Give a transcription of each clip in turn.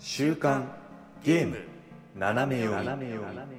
週刊ゲーム斜め読み。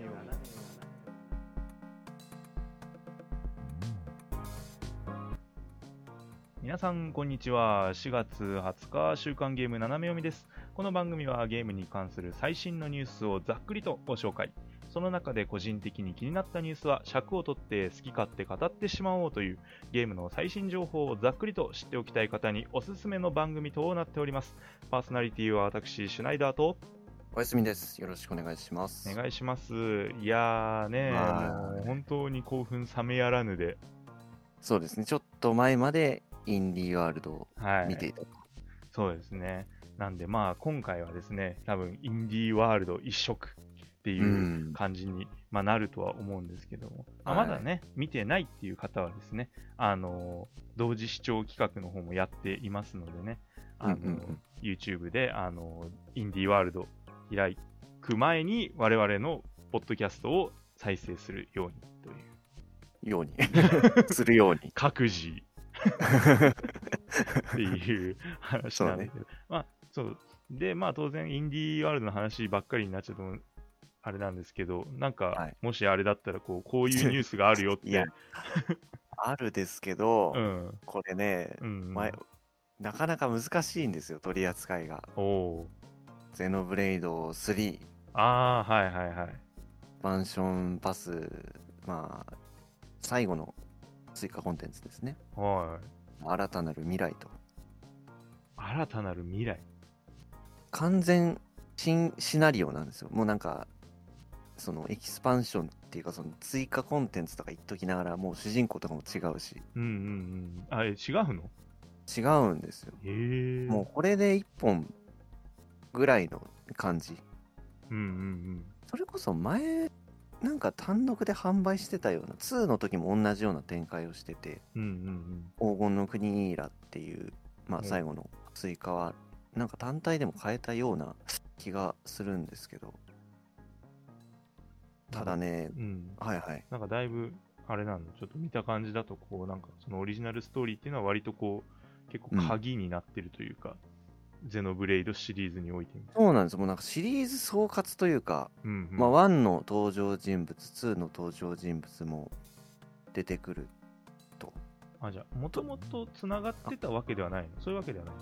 皆さんこんにちは。4月20日週刊ゲーム斜め読みです。この番組はゲームに関する最新のニュースをざっくりとご紹介。その中で個人的に気になったニュースは尺を取って好き勝手語ってしまおうというゲームの最新情報をざっくりと知っておきたい方におすすめの番組となっております。パーソナリティは私シュナイダーとおやすみです。よろしくお願いします。 お願いします。いやーね、もう本当に興奮冷めやらぬで、 そうですね、ちょっと前までインディーワールドを見ていたと。 そうですね。なんでまあ今回はですね、多分インディーワールド一色っていう感じに、なるとは思うんですけども、まだね、見てないっていう方はですね、同時視聴企画の方もやっていますのでね、YouTube でインディーワールド開く前に我々のポッドキャストを再生するようにというようにするように各自っていう話なんだけど、そうで当然インディーワールドの話ばっかりになっちゃうとあれなんですけど、なんか、もしあれだったらこういうニュースがあるよっていやあるですけど、これね、なかなか難しいんですよ、取り扱いが。ゼノブレイド3、マンションパス、最後の追加コンテンツですね。新たなる未来と。 新たなる未来。 完全新シナリオなんですよ。もうなんかそのエキスパンションっていうか、その追加コンテンツとか言っときながら、もう主人公とかも違うし。 違うの？ 違うんですよ。もうこれで1本ぐらいの感じ。それこそ前なんか単独で販売してたような、2の時も同じような展開をしてて、黄金の国イーラっていう、最後の追加はなんか単体でも変えたような気がするんですけど、ただね、 なんかだいぶあれなの、ちょっと見た感じだとなんかそのオリジナルストーリーっていうのは割と結構鍵になってるというか、ゼノブレイドシリーズにおいてそうなんです。もうなんかシリーズ総括というか、1の登場人物、2の登場人物も出てくると。 じゃあもともとつながってたわけではないの？そういうわけではない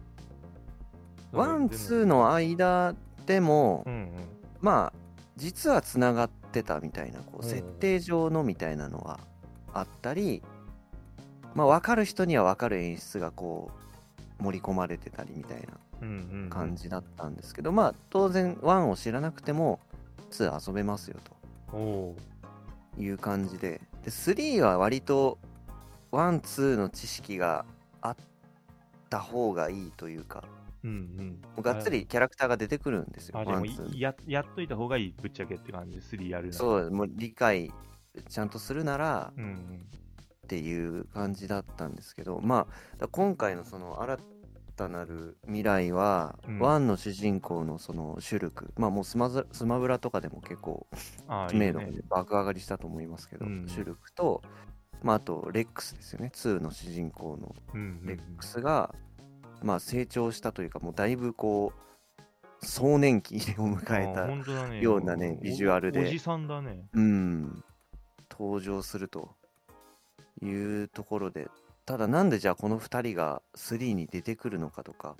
の？ 1、2の間でも、実はつながってたみたいな、設定上のみたいなのはあったり、分かる人には分かる演出が盛り込まれてたりみたいな感じだったんですけど、当然1を知らなくても2遊べますよという感じで、3は割と1、2の知識があった方がいいというか、がっつりキャラクターが出てくるんですよ。 やっといた方がいい、ぶっちゃけって感じで3やるなら。 そう、もう理解ちゃんとするなら、っていう感じだったんですけど、今回のその新たなる未来は、1の主人公のそのシュルク、もうスマブラとかでも結構知名度が爆上がりしたと思いますけど、シュルクと、あとレックスですよね、2の主人公のレックスが、成長したというか、もうだいぶ壮年期を迎えたようなね、ビジュアルでおじさんだね。 登場するというところで、ただなんでじゃあこの2人が3に出てくるのかとか、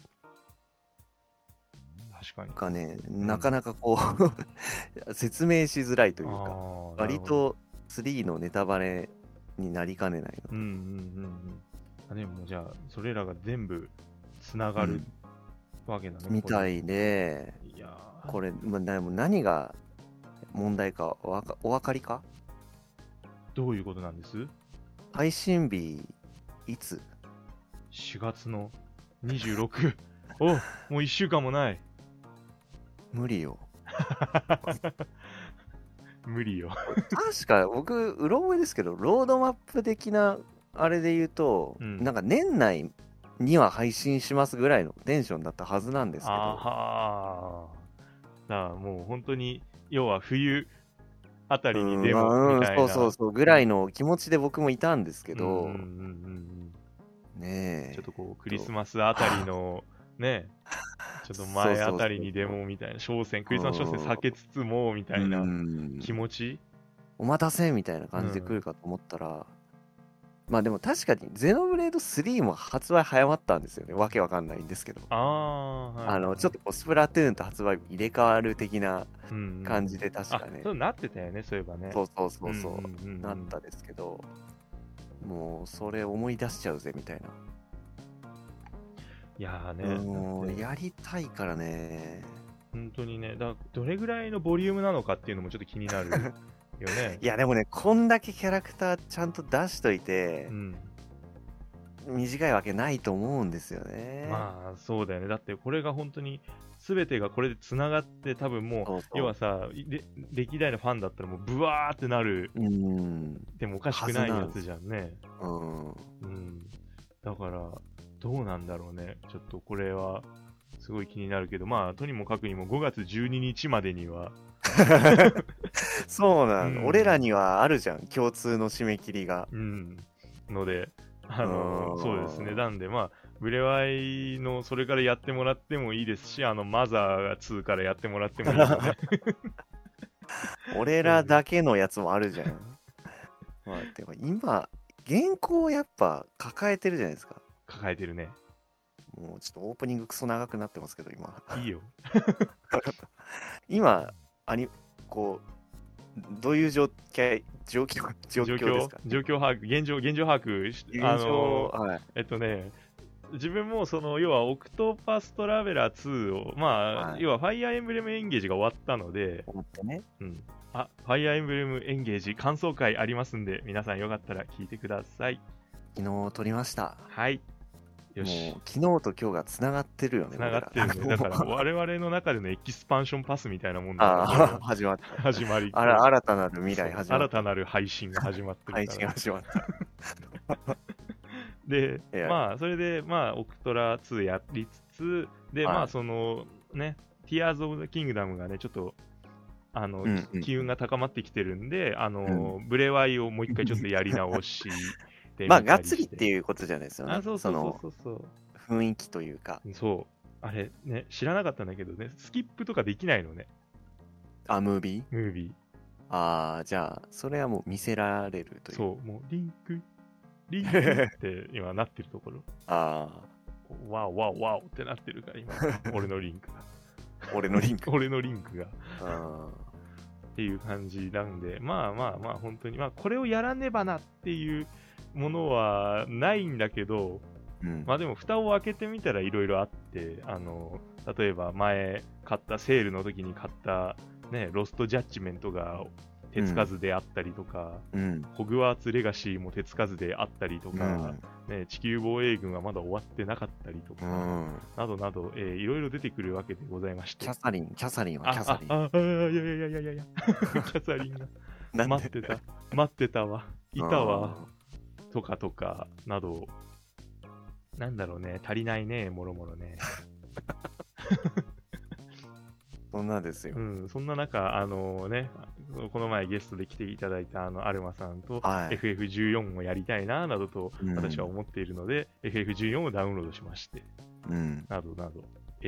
確かになかなか説明しづらいというか、割と3のネタバレになりかねないのでもじゃあそれらが全部つながるわけだね、 みたいで、これ何が問題かお分かりか？ どういうことなんです？ 配信日いつ ？4月の26もう1週間もない。 無理よ無理よ確か僕うろ覚えですけど、ロードマップ的なあれで言うと、なんか年内には配信しますぐらいのテンションだったはずなんですけど、 だからもう本当に要は冬あたりにでもみたいな、 そうぐらいの気持ちで僕もいたんですけど、ねえ、 ちょっとクリスマスあたりのね、 ちょっと前あたりにでもみたいな、クリスマス商戦避けつつもみたいな気持ち、 お待たせみたいな感じで来るかと思ったら、まあでも確かにゼノブレード3も発売早まったんですよね。わけわかんないんですけど。ちょっとこうスプラトゥーンと発売入れ替わる的な感じで確かね。 そうなってたよね、そういえばね。 そう、なったですけど、もうそれ思い出しちゃうぜみたいな。 いやーね、やりたいからね。 本当にね、どれぐらいのボリュームなのかっていうのもちょっと気になるよね。 いやでもね、こんだけキャラクターちゃんと出しといて、短いわけないと思うんですよね。 まあそうだよね。だってこれが本当に全てがこれでつながって、多分もう要はさ、歴代のファンだったらもうブワーってなる、でもおかしくないやつじゃんね。だからどうなんだろうね。ちょっとこれはすごい気になるけど、まあとにもかくにも5月12日までにはそうなの、俺らにはあるじゃん、共通の締め切りが。 ので、そうですね。なんで、まあ、ブレワイのそれからやってもらってもいいですし、マザー2からやってもらってもいいので。 俺らだけのやつもあるじゃん。まあ、でも今、原稿やっぱ抱えてるじゃないですか。 抱えてるね。 もうちょっとオープニングクソ長くなってますけど、今。 いいよ。 今、こう、どういう状況ですか？ 状況把握、現状把握、自分も要はオクトパストラベラー2を、まあ、要はファイアーエンブレムエンゲージが終わったので、ファイアーエンブレムエンゲージ感想会ありますんで、皆さんよかったら聞いてください。 昨日撮りました。 はい。よし。 もう昨日と今日がつながってるよね。 つながってるね。だから我々の中でのエキスパンションパスみたいなもんだから、 始まった。 始まり。 新たなる未来始まった。 新たなる配信が始まってるから。 配信が始まった。 で、まあ、それで、まあ、オクトラ2やりつつ、で、まあ、ティアーズ・オブ・ザ・キングダムがね、ちょっと、機運が高まってきてるんで、ブレワイをもう一回ちょっとやり直しまあ、がっつりっていうことじゃないですよね。 そう。 雰囲気というか。 そう。あれ、ね、知らなかったんだけどね、スキップとかできないのね。 ムービー？ ムービー。じゃあ、それはもう見せられるという。 そう、もう、リンクって今なってるところ。ワオってなってるから、今、俺のリンクが。俺のリンクが。っていう感じなんで、まあ、本当に、まあ、これをやらねばなっていうものはないんだけど、まあでも、蓋を開けてみたらいろいろあって、例えば前買ったセールの時に買った、ね、ロストジャッジメントが手つかずであったりとか、ホグワーツレガシーも手つかずであったりとか、ね、地球防衛軍はまだ終わってなかったりとか、などなど、いろいろ出てくるわけでございまして。 キャサリンはキャサリン。 いや、キャサリンが待ってたわ、いたわ、とか、など、なんだろうね、足りないね、もろもろね。 そんなですよ。 そんな中、この前ゲストで来ていただいたアルマさんと FF14 をやりたいな、などと私は思っているので、FF14 をダウンロードしまして、などなど、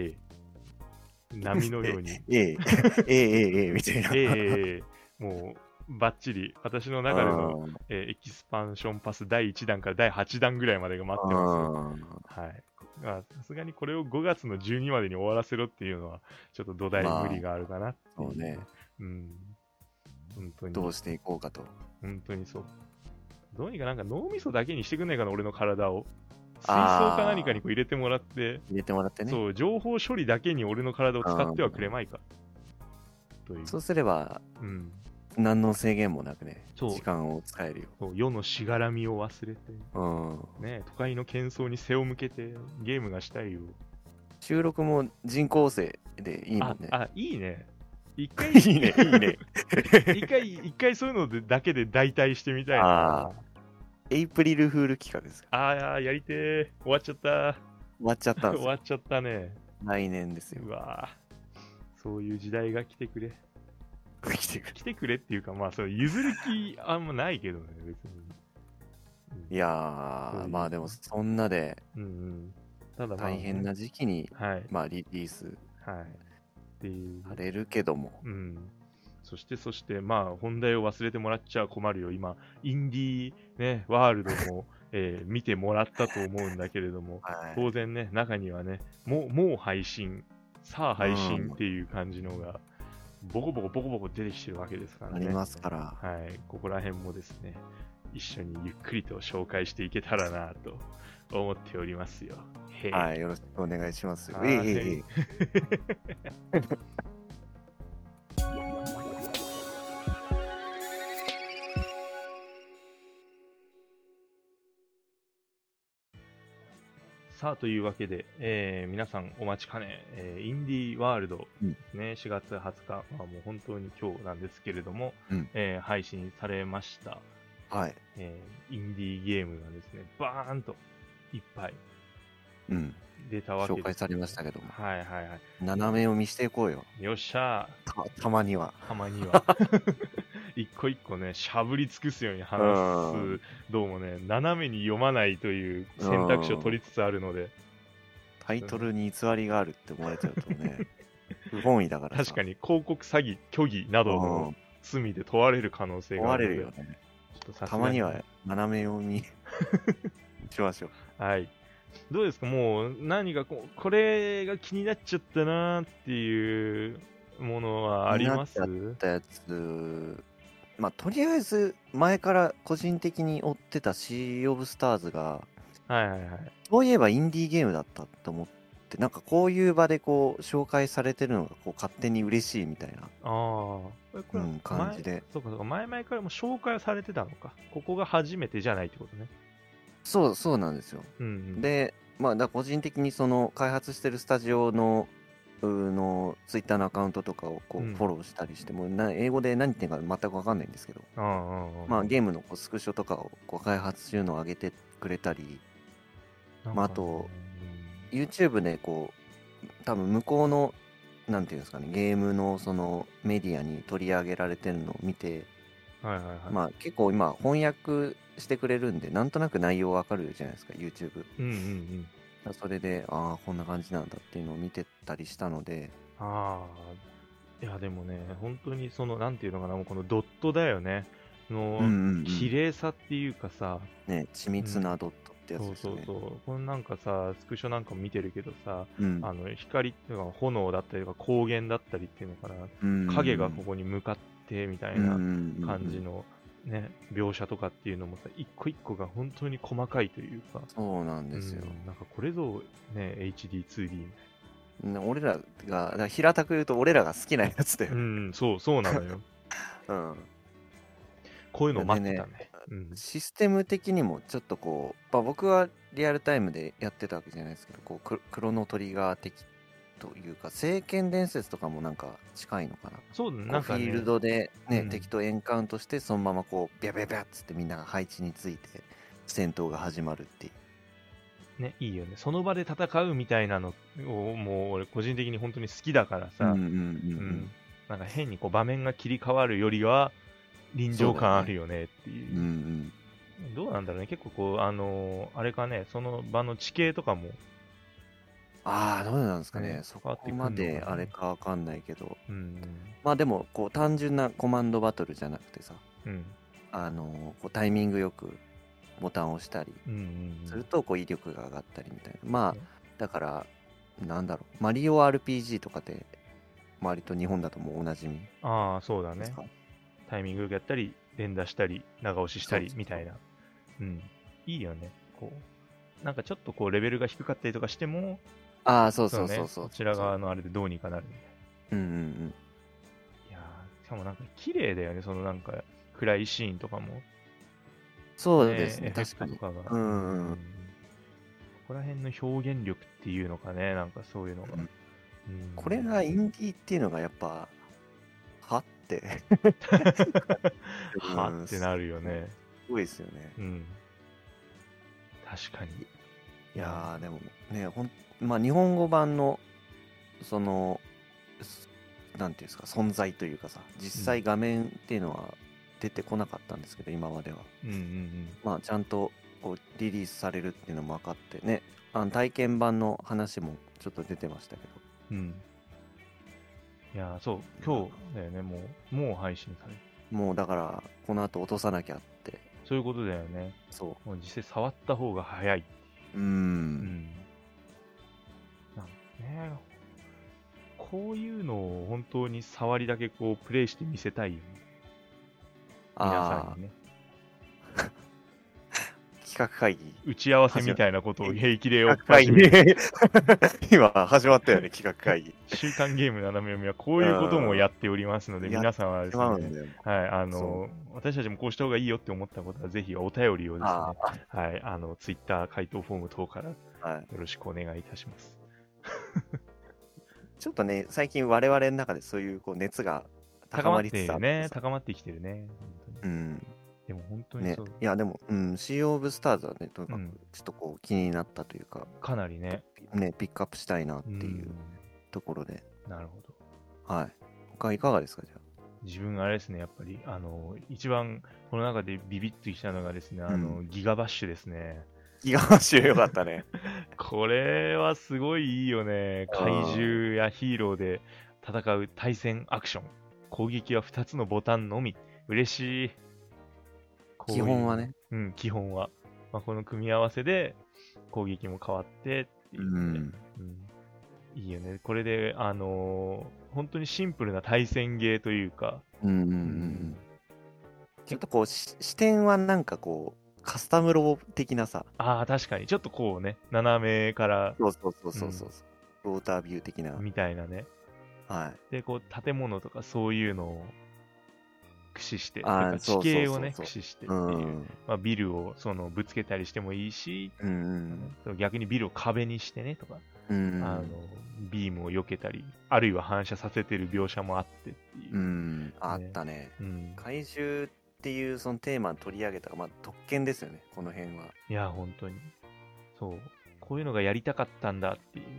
波のように。 みたいな。 もう、バッチリ、私の中での、エキスパンションパス第1弾から第8弾ぐらいまでが待ってますよ。はい。さすがにこれを5月の12までに終わらせろっていうのは、ちょっと土台無理があるかなっていう。 そうね。 本当に。 どうしていこうかと。 本当にそう。どうにかなんか脳みそだけにしてくんないかな、俺の体を。水槽か何かにこう入れてもらって。 ね。 そう、情報処理だけに俺の体を使ってはくれまいか。 そうすれば、何の制限もなくね、 時間を使えるよ。 世のしがらみを忘れて、ね、都会の喧騒に背を向けてゲームがしたいよ。 収録も人工生でいいもんね。 いいね。一回いいね。 一回そういうのでだけで代替してみたいな。 エイプリルフール企画ですか。 やりてー。終わっちゃった。 終わっちゃったんです。 終わっちゃったね。 来年ですよ。 うわそういう時代が来てくれ。来てくれっていうか、まあ、譲る気あんまないけどね、別に。 いやー、まあでも、そんなで、 ただ大変な時期に、 はい、 リリースっていうされるけども、 そして、本題を忘れてもらっちゃ困るよ。今、インディー、ね、ワールドも、見てもらったと思うんだけれども、当然ね、中にはね、もう配信、さあ配信っていう感じのが、ボコボコ出てきてるわけですからね。 ありますから。 ここら辺もですね、一緒にゆっくりと紹介していけたらなと思っておりますよ。 はい、よろしくお願いしますよ。 さあ、というわけで、皆さんお待ちかね、インディーワールドですね、4月20日、もう本当に今日なんですけれども、配信されました。インディーゲームがですね、バーンといっぱい出たわけです、 紹介されましたけども。 斜め読みしていこうよ。 よっしゃたまには。 一個一個ね、しゃぶり尽くすように話す、どうもね、斜めに読まないという選択肢を取りつつあるので。 タイトルに偽りがあるって思われちゃうとね、不本意だからさ。 確かに広告詐欺、虚偽などの罪で問われる可能性があるので。 問われるよね。たまには斜め読みしましょう。 はい。どうですか、もう何かこれが気になっちゃったなっていうものはあります？ 気になっちゃったやつ、とりあえず前から個人的に追ってたシー・オブ・スターズが、そういえばインディーゲームだったと思って、なんかこういう場で紹介されてるのが勝手に嬉しいみたいな感じで。 そうか、前々からも紹介されてたのか。ここが初めてじゃないってことね。 そうなんですよ。で、個人的にその開発してるスタジオのツイッターのアカウントとかをフォローしたりしても、英語で何言ってるか全く分かんないんですけど、ゲームのスクショとかを開発中のを上げてくれたり、あと YouTube で多分向こうのなんていうんですかね、ゲームのそのメディアに取り上げられてるのを見て、結構今翻訳してくれるんで、なんとなく内容わかるじゃないですか、YouTube。それで、こんな感じなんだっていうのを見てたりしたので。 いや、でもね、本当になんていうのかな、もうこのドットだよね。の綺麗さっていうかさ。 ね、緻密なドットってやつですね。 これなんかさ、スクショなんか見てるけどさ、光っていうか炎だったりとか光源だったりっていうのかな、影がここに向かってみたいな感じのね、描写とかっていうのもさ、一個一個が本当に細かいというか。 そうなんですよ。 なんかこれぞね、HD2D みたいな。 俺らが、平たく言うと俺らが好きなやつだよ。 そうなのよ。こういうの待ってたね。 システム的にもちょっと僕はリアルタイムでやってたわけじゃないですけど、クロノトリガー的というか、聖剣伝説とかもなんか近いのかな。 そうだね。なんかフィールドでね、敵とエンカウントして、そのままビャビャビャっつってみんなが配置について戦闘が始まるっていう。 ね、いいよね。その場で戦うみたいなのを、もう俺個人的に本当に好きだからさ、なんか変に場面が切り替わるよりは臨場感あるよねっていう。どうなんだろうね、結構あれかね、その場の地形とかも。 どうなんですかね、そこまであれかわかんないけど、でも単純なコマンドバトルじゃなくてさ、タイミングよくボタンを押したりすると威力が上がったりみたいな。だからなんだろう、マリオ RPG とかで割と日本だともうおなじみ。 そうだね。タイミングやったり連打したり長押ししたりみたいな。いいよね。なんかちょっとレベルが低かったりとかしても、 そうこちら側のあれでどうにかなるみたいな。いやしかもなんか綺麗だよね、そのなんか暗いシーンとかも。 そうですね、 確かに。ここら辺の表現力っていうのかね、なんかそういうのが。 これがインディーっていうのがやっぱ、はってはってなるよね。 すごいですよね。 確かに。 いやでもね、日本語版のそのなんていうんですか、存在というかさ、実際画面っていうのは出てこなかったんですけど、今までは。ちゃんとこうリリースされるっていうのも分かってね、体験版の話もちょっと出てましたけど。 うん。いやそう、今日だよね、もう配信される。 もうだからこの後落とさなきゃって。 そういうことだよね。 そもう実際触った方が早い。 う。 なんね、こういうのを本当に触りだけこうプレイして見せたいよね。皆さんにね。 企画会議。 打ち合わせみたいなことを平気で企画会議今始まったよね、企画会議。 週刊ゲーム斜め読みはこういうこともやっておりますので、皆さんはですね、はい、私たちもこうした方がいいよって思ったことは、ぜひお便りをですね、はい、ツイッター回答フォーム等からよろしくお願いいたします。 ちょっとね、最近我々の中でそういうこう熱が高まりつつあるね。 高まってきてるね。でも本当にそう。 ね、いやでも、シー・オブ・スターズはね、とにかくちょっとこう気になったというか、 かなりね、 ピックアップしたいなっていうところで。 なるほど。はい。他いかがですか、じゃあ。 自分あれですね、やっぱり、一番この中でビビッときたのがですね、ギガバッシュですね。 ギガバッシュよかったね。 これはすごいいいよね。怪獣やヒーローで戦う対戦アクション。攻撃は2つのボタンのみ。嬉しい。 基本はね。 基本は。この組み合わせで攻撃も変わってっていうね。いいよね。これで、本当にシンプルな対戦ゲーというか。 ちょっとこう、視点はなんかこう、カスタムロボ的なさ。 確かに。ちょっとこうね、斜めから。 そう。ロータービュー的な。 みたいなね。はい。で、こう、建物とかそういうのを駆使して、地形をね、駆使してっていう。ビルをぶつけたりしてもいいし、逆にビルを壁にしてねとか、ビームを避けたり、あるいは反射させてる描写もあってっていう。 あったね。怪獣っていうそのテーマを取り上げた特権ですよね、この辺は。 いや、本当に。そう。こういうのがやりたかったんだっていう、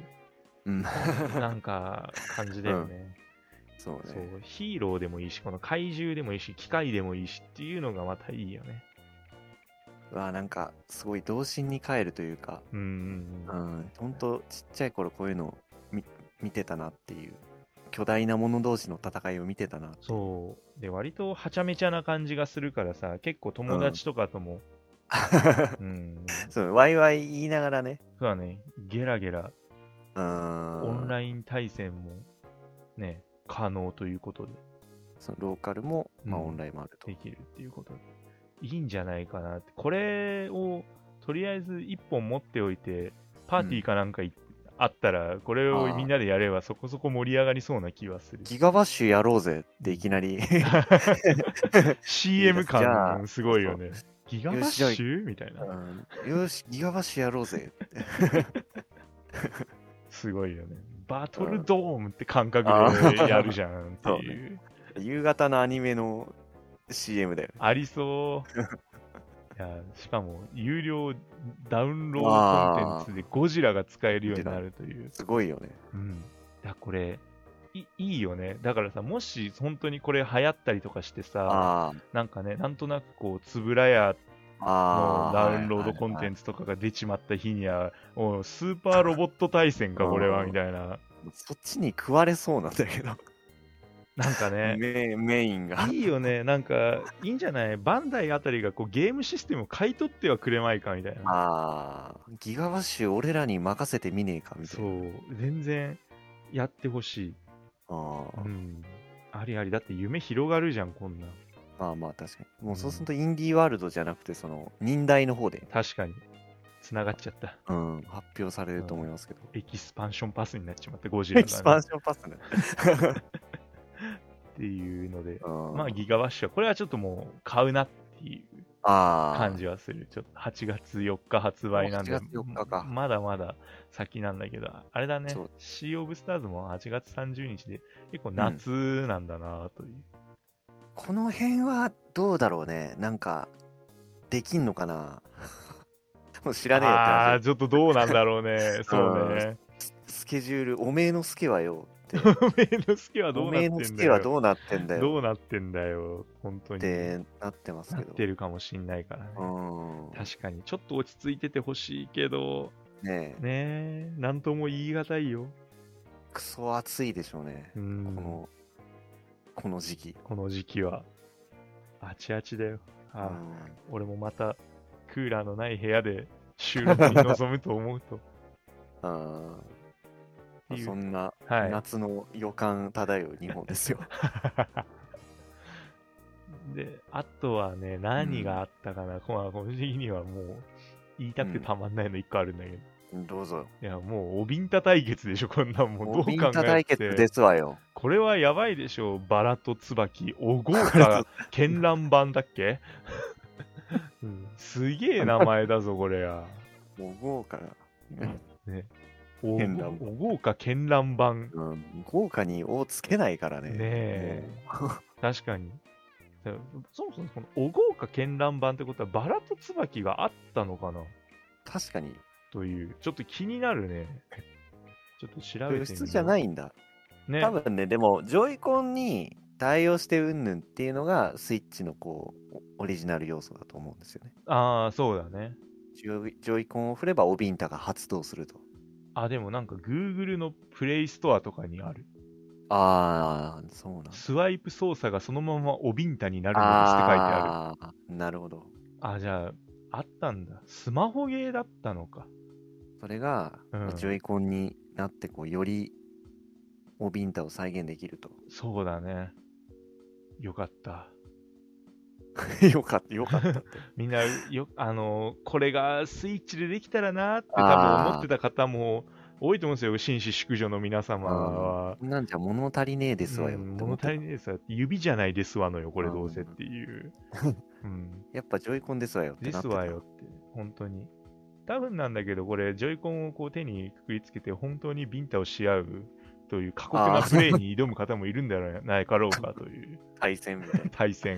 なんか感じだよね。 そうね。 ヒーローでもいいし、この怪獣でもいいし、機械でもいいしっていうのがまたいいよね。 なんかすごい童心に帰るというか、本当ちっちゃい頃こういうのを見てたなっていう。巨大なもの同士の戦いを見てたな。 そうで、割とはちゃめちゃな感じがするからさ、結構友達とかとも、 そう、ワイワイ言いながらね。 そうだね、ゲラゲラ、オンライン対戦もね、可能ということで。 そのローカルも、オンラインもあると。 できるっていうことで。いいんじゃないかなって。これを、とりあえず1本持っておいて、パーティーかなんかあったら、これをみんなでやればそこそこ盛り上がりそうな気はする。 ギガバッシュやろうぜっていきなり CM 感すごいよね。ギガバッシュみたいな。 よし、ギガバッシュやろうぜすごいよね。バトルドームって感覚でやるじゃんっていう。 夕方のアニメの CM だよね。 ありそう。いや、しかも有料ダウンロードコンテンツでゴジラが使えるようになるという。 すごいよね。 いや、これいいよね。だからさ、もし本当にこれ流行ったりとかしてさ、なんかね、なんとなくこう、つぶらやのダウンロードコンテンツとかが出ちまった日には、スーパーロボット対戦か、これは、みたいな。 そっちに食われそうなんだけど。 なんかね、 メインが。 いいよね。なんか、いいんじゃないバンダイあたりがこうゲームシステムを買い取ってはくれまいかみたいな。 ギガバッシュ俺らに任せてみねえかみたいな。 そう、全然やってほしい。ありあり。だって夢広がるじゃん、こんなん。 確かに。もうそうするとインディーワールドじゃなくて、その、忍耐の方で。 確かに。繋がっちゃった。 発表されると思いますけど。 エキスパンションパスになっちまって、ゴジラが、 エキスパンションパスね。 っていうので、ギガバッシュは、これはちょっともう買うなっていう感じはする。ちょっと8月4日発売なんで、 8月4日か。 まだまだ先なんだけど、あれだね、シー・オブ・スターズも8月30日で、結構夏なんだなという。 この辺はどうだろうね。なんか、できんのかなもう知らねえよって話。 ちょっとどうなんだろうね。そうね。 スケジュール、おめえのスケはよって、 おめえの助はおどうなめえの助はってんだよ。 どうなってんだよどうなってんだよ。本当っに。 てなってますなっけど。 てるかもしんないからね。 うん。 確かに。ちょっと落ち着いててほしいけど、 ねえ、 ねえ、なんとも言い難いよ。 クソ暑いでしょうね。 うん。 この時期。 この時期は。あちあちだよ。ああ、俺もまたクーラーのない部屋で収録に臨むと思うと。 うん。そんなはい夏の予感漂う日本ですよ。 で、あとはね、何があったかな。この時期にはもう言いたくてたまんないの一個あるんだけど。 どうぞ。 いや、もうおびんた対決でしょ、こんなんもうどう考えて。 おびんた対決ですわよ。 これはやばいでしょ、バラと椿、お豪華絢爛版だっけ、うん、すげえ名前だぞ、これや。 お豪華な。 ね、お豪華絢爛版。 豪華に「を」つけないからね。 ねえ。確かに。そもそもこのお豪華絢爛版ってことはバラと椿があったのかな。 確かに。 という、ちょっと気になるね。ちょっと調べてみる。 物質じゃないんだ。 ね。 多分ね、でも、ジョイコンに対応してうんぬんっていうのが、スイッチのこう、オリジナル要素だと思うんですよね。 ああ、そうだね。 ジョイコンを振れば、オビンタが発動すると。 あ、でもなんか Google のプレイストアとかにある。 ああ、そうなんだ。 スワイプ操作がそのままおビンタになるのですって書いてある。 ああ、なるほど。 あ、じゃあ、あったんだ。スマホゲーだったのか。 それが、ジョイコンになって、こう、より、オビンタを再現できると。 そうだね。よかった。 よかったって。 みんなこれがスイッチでできたらなって多分思ってた方も多いと思うんですよ、紳士淑女の皆様は。 なんじゃ物足りねえですわよ。 物足りねえですわ。指じゃないですわのよ、これどうせっていう。 やっぱジョイコンですわよってですわよって、本当に。多分なんだけど、これ、ジョイコンをこう手にくくりつけて、本当にビンタをし合うという過酷なプレイに挑む方もいるんではないかろうかという。 対戦みたいな。 対戦。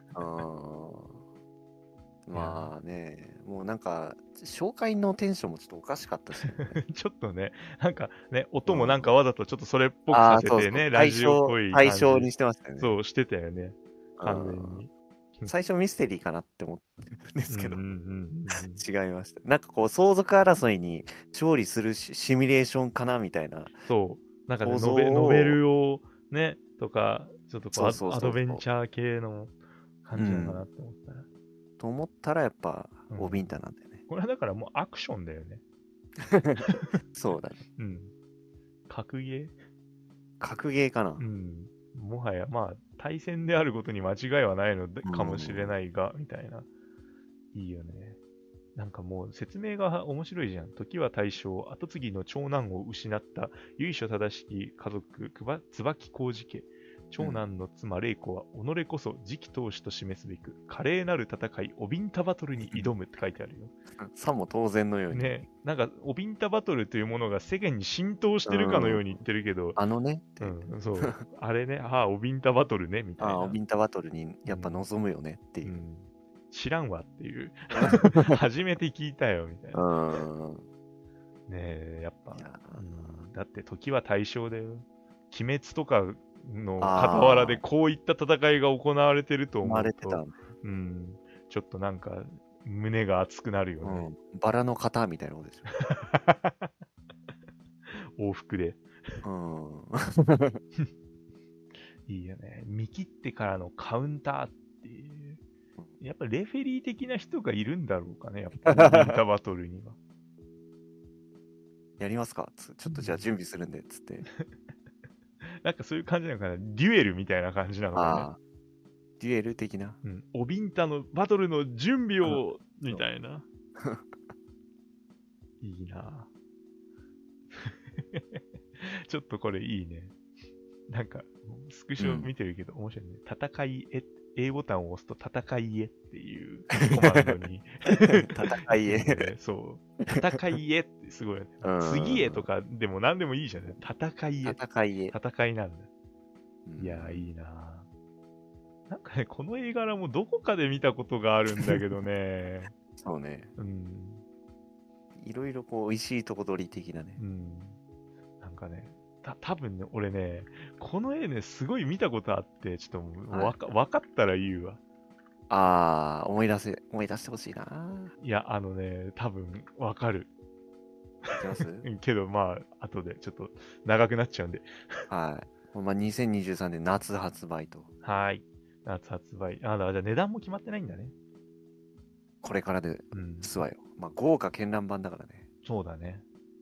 まあね、もうなんか、紹介のテンションもちょっとおかしかったし、ね、 ちょっとね、なんかね、音もなんかわざとちょっとそれっぽくさせてね、ラジオっぽい対象にしてましたよね。 そう、してたよね。完全に。 最初ミステリーかなって思ってるんですけど、違いました。なんかこう、相続争いに勝利するシミュレーションかなみたいな。 そう。なんかね、ノベルをね、とか、ちょっとこうアドベンチャー系の感じなのかなって思ったら。 と思ったらやっぱ、オビンタなんだよね。 これはだからもうアクションだよね。 そうだね。 格ゲー格ゲーかな。 もはやまあ、対戦であることに間違いはないのかもしれないが、みたいな。いいよね。なんかもう説明が面白いじゃん。時は大正、跡継ぎの長男を失った由緒正しき家族、椿浩二家。長男の妻、玲子は己こそ次期当主と示すべく、華麗なる戦い、オビンタバトルに挑むって書いてあるよ。 さも当然のように。 ね、なんか、オビンタバトルというものが世間に浸透してるかのように言ってるけど、そう、あれね、オビンタバトルね、みたいな。 オビンタバトルにやっぱ望むよねっていう。 知らんわっていう。初めて聞いたよ、みたいな。ねえ、やっぱ、だって時は大正だよ。鬼滅とかの傍らでこういった戦いが行われてると思うと、ちょっとなんか胸が熱くなるよね。 バラの型みたいなことでしょ。往復で。いいよね。見切ってからのカウンターっていう。やっぱレフェリー的な人がいるんだろうかね、やっぱインタバトルには。 やりますかちょっとじゃあ準備するんで、つって。 なんかそういう感じなのかな、デュエルみたいな感じなのかね。 デュエル的な。 おビンタのバトルの準備を、みたいな。いいなちょっとこれいいね。なんか、スクショ見てるけど面白いね。戦いへ、A ボタンを押すと戦いへっていうコマンドに。 戦いへ。 そう。戦いへってすごい、ね。次へとかでも何でもいいじゃん。戦いへ。 戦いへ。 戦いなんだ。いや、いいななんかね、この絵柄もどこかで見たことがあるんだけどね。 そうね。いろいろこう、美味しいとこ取り的なね。 なんかね、 多分ね、俺ね、この絵ね、すごい見たことあって、ちょっともうはいわかったら言うわ。 思い出してほしいな。 いや、多分わかる。 いきますけど、まあ、後でちょっと長くなっちゃうんで。 はい。まあ、2023年夏発売と。 はい。夏発売。じゃあ値段も決まってないんだね。 これからでうん。 すわよ。まあ、豪華絢爛版だからね。 そうだね。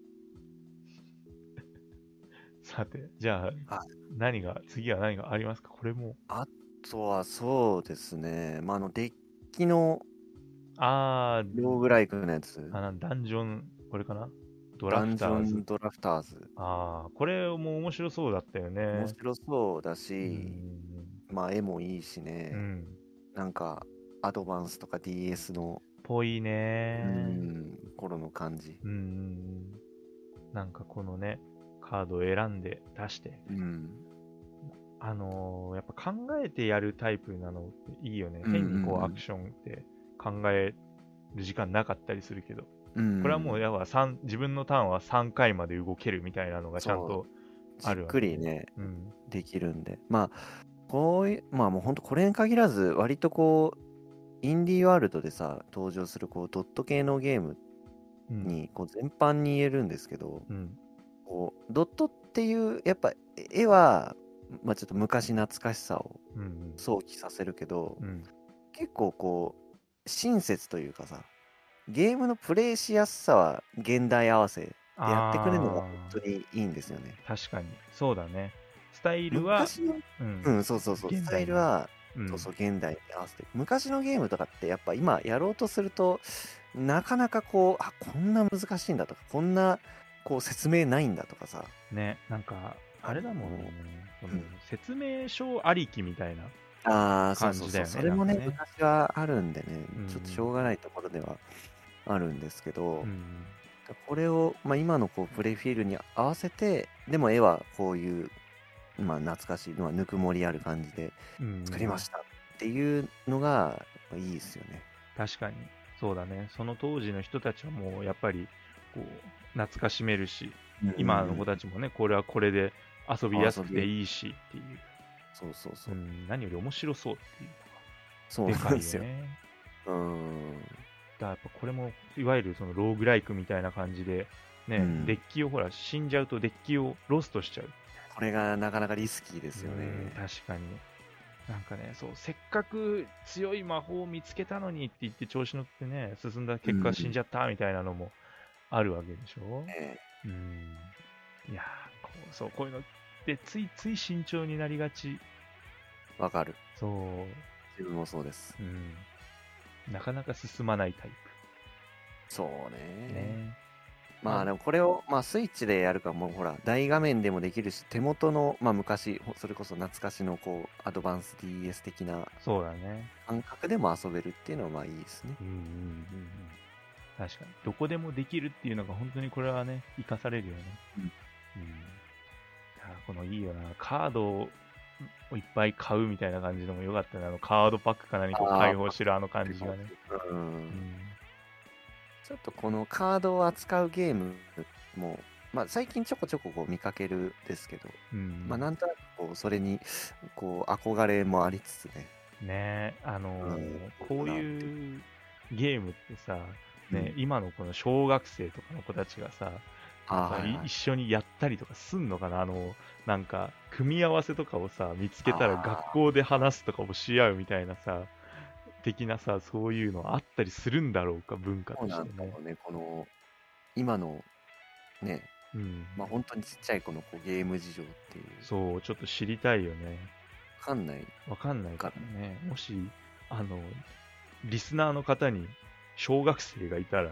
さて、じゃあ、次は何がありますか？これも。 あとはそうですね。まあ、デッキのあローグライクのやつ。 ダンジョン、これかな？ドラダンジフターズ。 ョンドラフターズ。 これも面白そうだったよね。 面白そうだうし、 ん。 まあ、絵もいいしね。 うん。 なんか、アドバンスとか DS の、 ぽいね。 頃の感じ。 なんかこのね、カードを選んで出して、やっぱ考えてやるタイプなのっていいよね。変にこうアクションって考える時間なかったりするけど、これはもうやっぱ自分のターンは3回まで動けるみたいなのがちゃんとあるわけ、 じっくりね、できるんで。まあ、こういう、まあもう本当これに限らず、割とこう、インディーワールドでさ、登場するこうドット系のゲームにこう全般に言えるんですけど、こうドットっていう、やっぱ絵は、まあ、ちょっと昔懐かしさを想起させるけど、結構こう親切というかさ、ゲームのプレイしやすさは現代合わせでやってくれるのが本当にいいんですよね。 確かにそうだね。スタイルは昔の、そうスタイルは、現代に合わせて。昔のゲームとかってやっぱ今やろうとするとなかなかこうこんな難しいんだとか、こんなこう説明ないんだとかさね、なんかあれだもんね、説明書ありきみたいな感じだよね。 それもね昔はあるんでね、ちょっとしょうがないところではあるんですけど、これを、まあ、今のこうプレイフィールに合わせて、でも絵はこういう、まあ、懐かしい、まあ、ぬくもりある感じで作りましたっていうのがいいですよね。 確かにそうだね。その当時の人たちはもうやっぱりこう懐かしめるし、今の子たちもね、これはこれで遊びやすくていいしっていう。何より面白そうっていうのがそうなんですよ。 やっぱこれもいわゆるそのローグライクみたいな感じで、ね、デッキをほら死んじゃうとデッキをロストしちゃう。 これがなかなかリスキーですよね。 確かに。なんかね、せっかく強い魔法を見つけたのにって言って調子乗ってね、進んだ結果死んじゃったみたいなのもあるわけでしょ。いやー、こういうのってついつい慎重になりがち。 わかる。 そう。 自分もそうです。 なかなか進まないタイプ。 そうね。まあでもこれを、まあ、スイッチでやるかもほら大画面でもできるし、手元の、まあ、昔それこそ懐かしのこうアドバンス DS 的な感覚でも遊べるっていうのはまあいいですね。 確かにどこでもできるっていうのが本当にこれはね生かされるよね。このいいよな、カードをいっぱい買うみたいな感じのもよかったね。カードパックか何かを開放してる感じがね。 ちょっとこのカードを扱うゲームも、まあ、最近ちょこちょここう見かけるですけど、まあ、なんとなくこうそれにこう憧れもありつつね。 ね、こういうゲームってさ、ね、今のこの小学生とかの子たちがさ、一緒にやったりとかすんのかな。なんか組み合わせとかをさ見つけたら学校で話すとかをし合うみたいなさ的なさ、そういうのあったりするんだろうか、文化としてね。 そうなんだろうね、この今のね、まあ本当にちっちゃい子のこうゲーム事情っていう。 そう、ちょっと知りたいよね。 わかんないからね。もしリスナーの方に小学生がいたら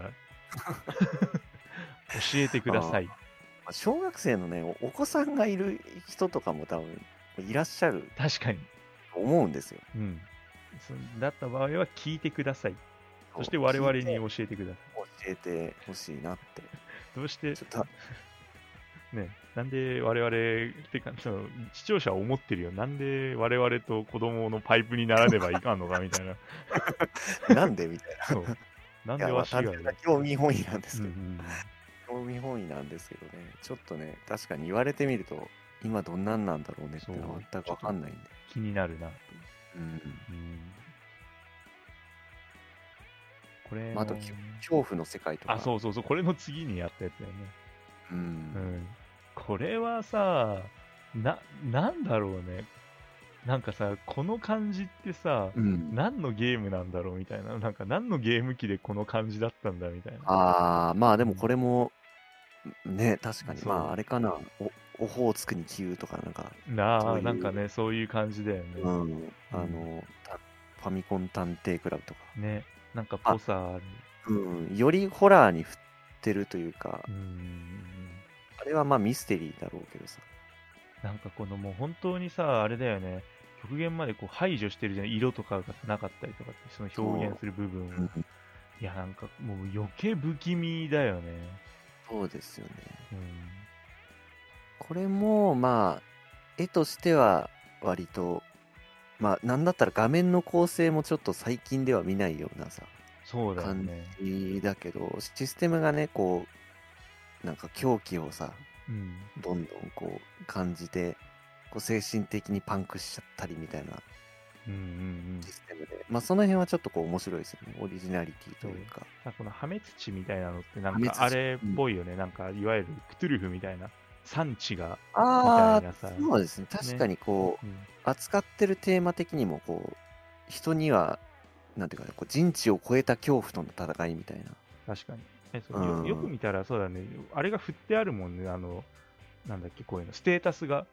教えてください。 小学生のね、お子さんがいる人とかも多分いらっしゃる。 確かに。 思うんですよ。 だった場合は聞いてください。そして我々に教えてください。 教えてほしいなって。 どうしてね、なんで我々ってか視聴者は思ってるよ。なんで我々と子供のパイプにならねばいかんのかみたいな。 なんでみたいな。 なんでわしが興味本位なんですけど。 興味本位なんですけどね、ちょっとね、確かに言われてみると、今どんなんなんだろうねってのは全くわかんないんで。 気になるなと。 うん。 これあと、恐怖の世界とか。 そうそうそう、これの次にやったやつだよね。これはさ、なんだろうね。なんかさ、この感じってさ、何のゲームなんだろうみたいな。なんか何のゲーム機でこの感じだったんだみたいな。 まあでもこれも、ね、確かに。まああれかな。オホーツクに9とかなんか。 なんかね、そういう感じだよね。 ファミコン探偵クラブとか。 ね、なんかぽさある。よりホラーに振ってるというか、あれはまあミステリーだろうけどさ。 なんかこのもう本当にさ、あれだよね、極限までこう排除してるじゃん、色とかがなかったりとかって、その表現する部分を。いや、なんかもう余計不気味だよね。 そうですよね。これもまあ、絵としては割と、まあなんだったら画面の構成もちょっと最近では見ないようなさ、 そうだよね。 感じだけど、システムがね、こう、なんか狂気をさ、どんどんこう感じて、こう精神的にパンクしちゃったりみたいなシステムで、まあその辺はちょっとこう面白いですよね、オリジナリティというか。 この破滅地みたいなのってなんかあれっぽいよね、なんかいわゆるクトゥルフみたいな産地がみたいなさ。 そうですね、確かにこう、扱ってるテーマ的にもこう、人には、なんていうかね、こう人知を超えた恐怖との戦いみたいな。 確かに。よく見たらそうだね、あれが振ってあるもんね、なんだっけ、こういうの、ステータスが、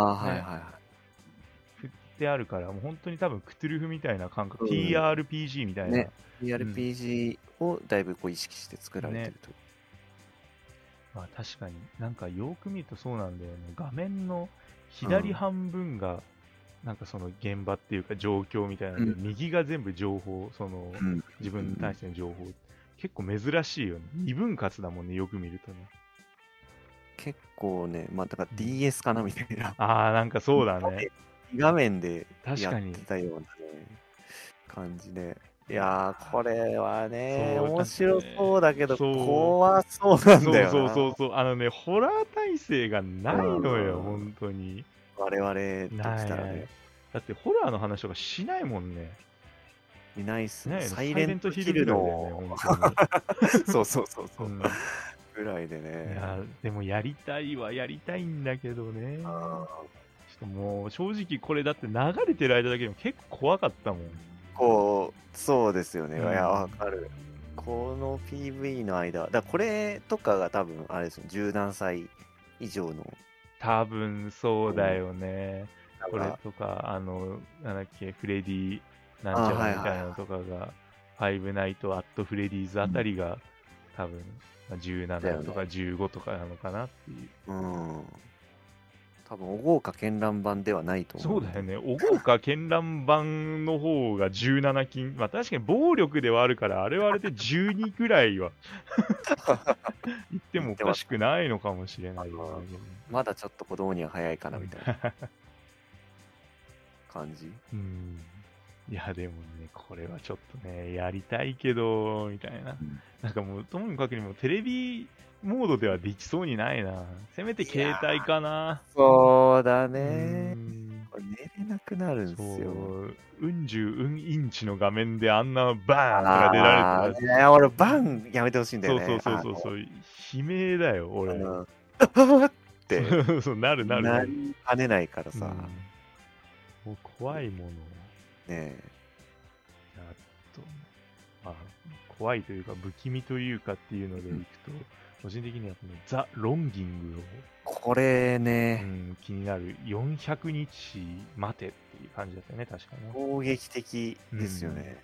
振ってあるから、もう本当に多分クトゥルフみたいな感覚、TRPG みたいな。 TRPG をだいぶこう意識して作られてると。 まあ確かに、なんかよく見るとそうなんだよね、画面の左半分が、なんかその現場っていうか状況みたいなので、右が全部情報、その、自分に対しての情報。結構珍しいよね。二分割だもんね、よく見るとね。 結構ね、まあだから DS かなみたいな。 なんかそうだね。 画面でやってたようなね、感じで。いやー、これはね、面白そうだけど、怖そうなんだよな。 そう。ホラー耐性がないのよ、本当に。 我々としたらね。 だってホラーの話とかしないもんね。 いないっすね。 サイレントヒルの、 そう。ぐらいでね。 いや、でもやりたいんだけどね。ちょっともう正直これだって流れてる間だけでも結構怖かったもん。 そうですよね。いや、わかる。この PV の間、これとかが多分、あれですよ、10何歳以上の。 多分そうだよね。これとか、なんだっけ、フレディなんちゃらみたいなのとかが、ファイブナイト・アット・フレディーズあたりが、多分、17とか15とかなのかなっていう。 多分、お豪華絢爛版ではないと思う。そうだよね。お豪華絢爛版の方が17金。まあ確かに暴力ではあるから、あれはあれで12くらいは言ってもおかしくないのかもしれないよね。 まだちょっと子供には早いかなみたいな感じ。 いや、でもね、これはちょっとね、やりたいけど、みたいな。なんかもう、ともかくにもテレビモードではできそうにないな。せめて携帯かな。 そうだね。これ寝れなくなるんですよ。 インチの画面であんなバーンとか出られてる。俺、バンやめてほしいんだよね。 そう。悲鳴だよ、俺。 って。 なる。 跳ねないからさ。 もう怖いもの。 ねやっと、まあ、怖いというか、不気味というかっていうのでいくと、個人的にはこのザ・ロンギングを、 これね、 気になる400日待てっていう感じだったよね、確かね。 攻撃的ですよね。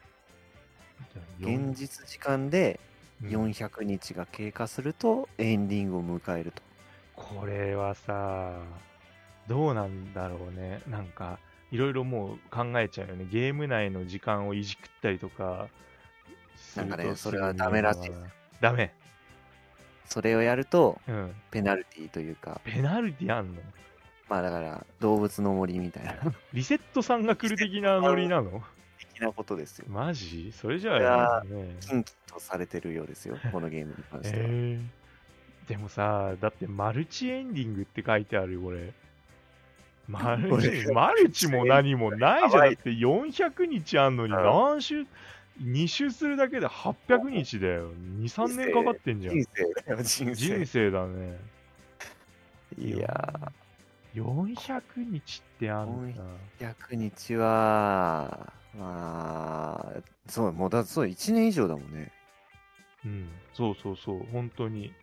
現実時間で400日が経過するとエンディングを迎えると。 これはさ、どうなんだろうね。なんか、いろいろもう考えちゃうよね。ゲーム内の時間をいじくったりとかすると、 なんかね、それはダメらしいです。 ダメ。 それをやると、ペナルティというか。 ペナルティあんの？ まあだから、動物の森みたいな。 リセットさんが来る的なノリなの？ 的なことですよ。 マジ？それじゃあ、 禁忌とされてるようですよ、このゲームに関しては。 でもさ、だってマルチエンディングって書いてあるよ、これ。マルこれチ、マルチも何もないじゃん。だって400日あんのにうん何週、2週するだけで800日だよ。2、3年かかってんじゃん。 人生だよ、人生。 人生だね。 いや 400日ってあんだ。 ー、100日は、まあ、そう、もうだ、そう、1年以上だもんね。 うん、そうそうそう、本当に。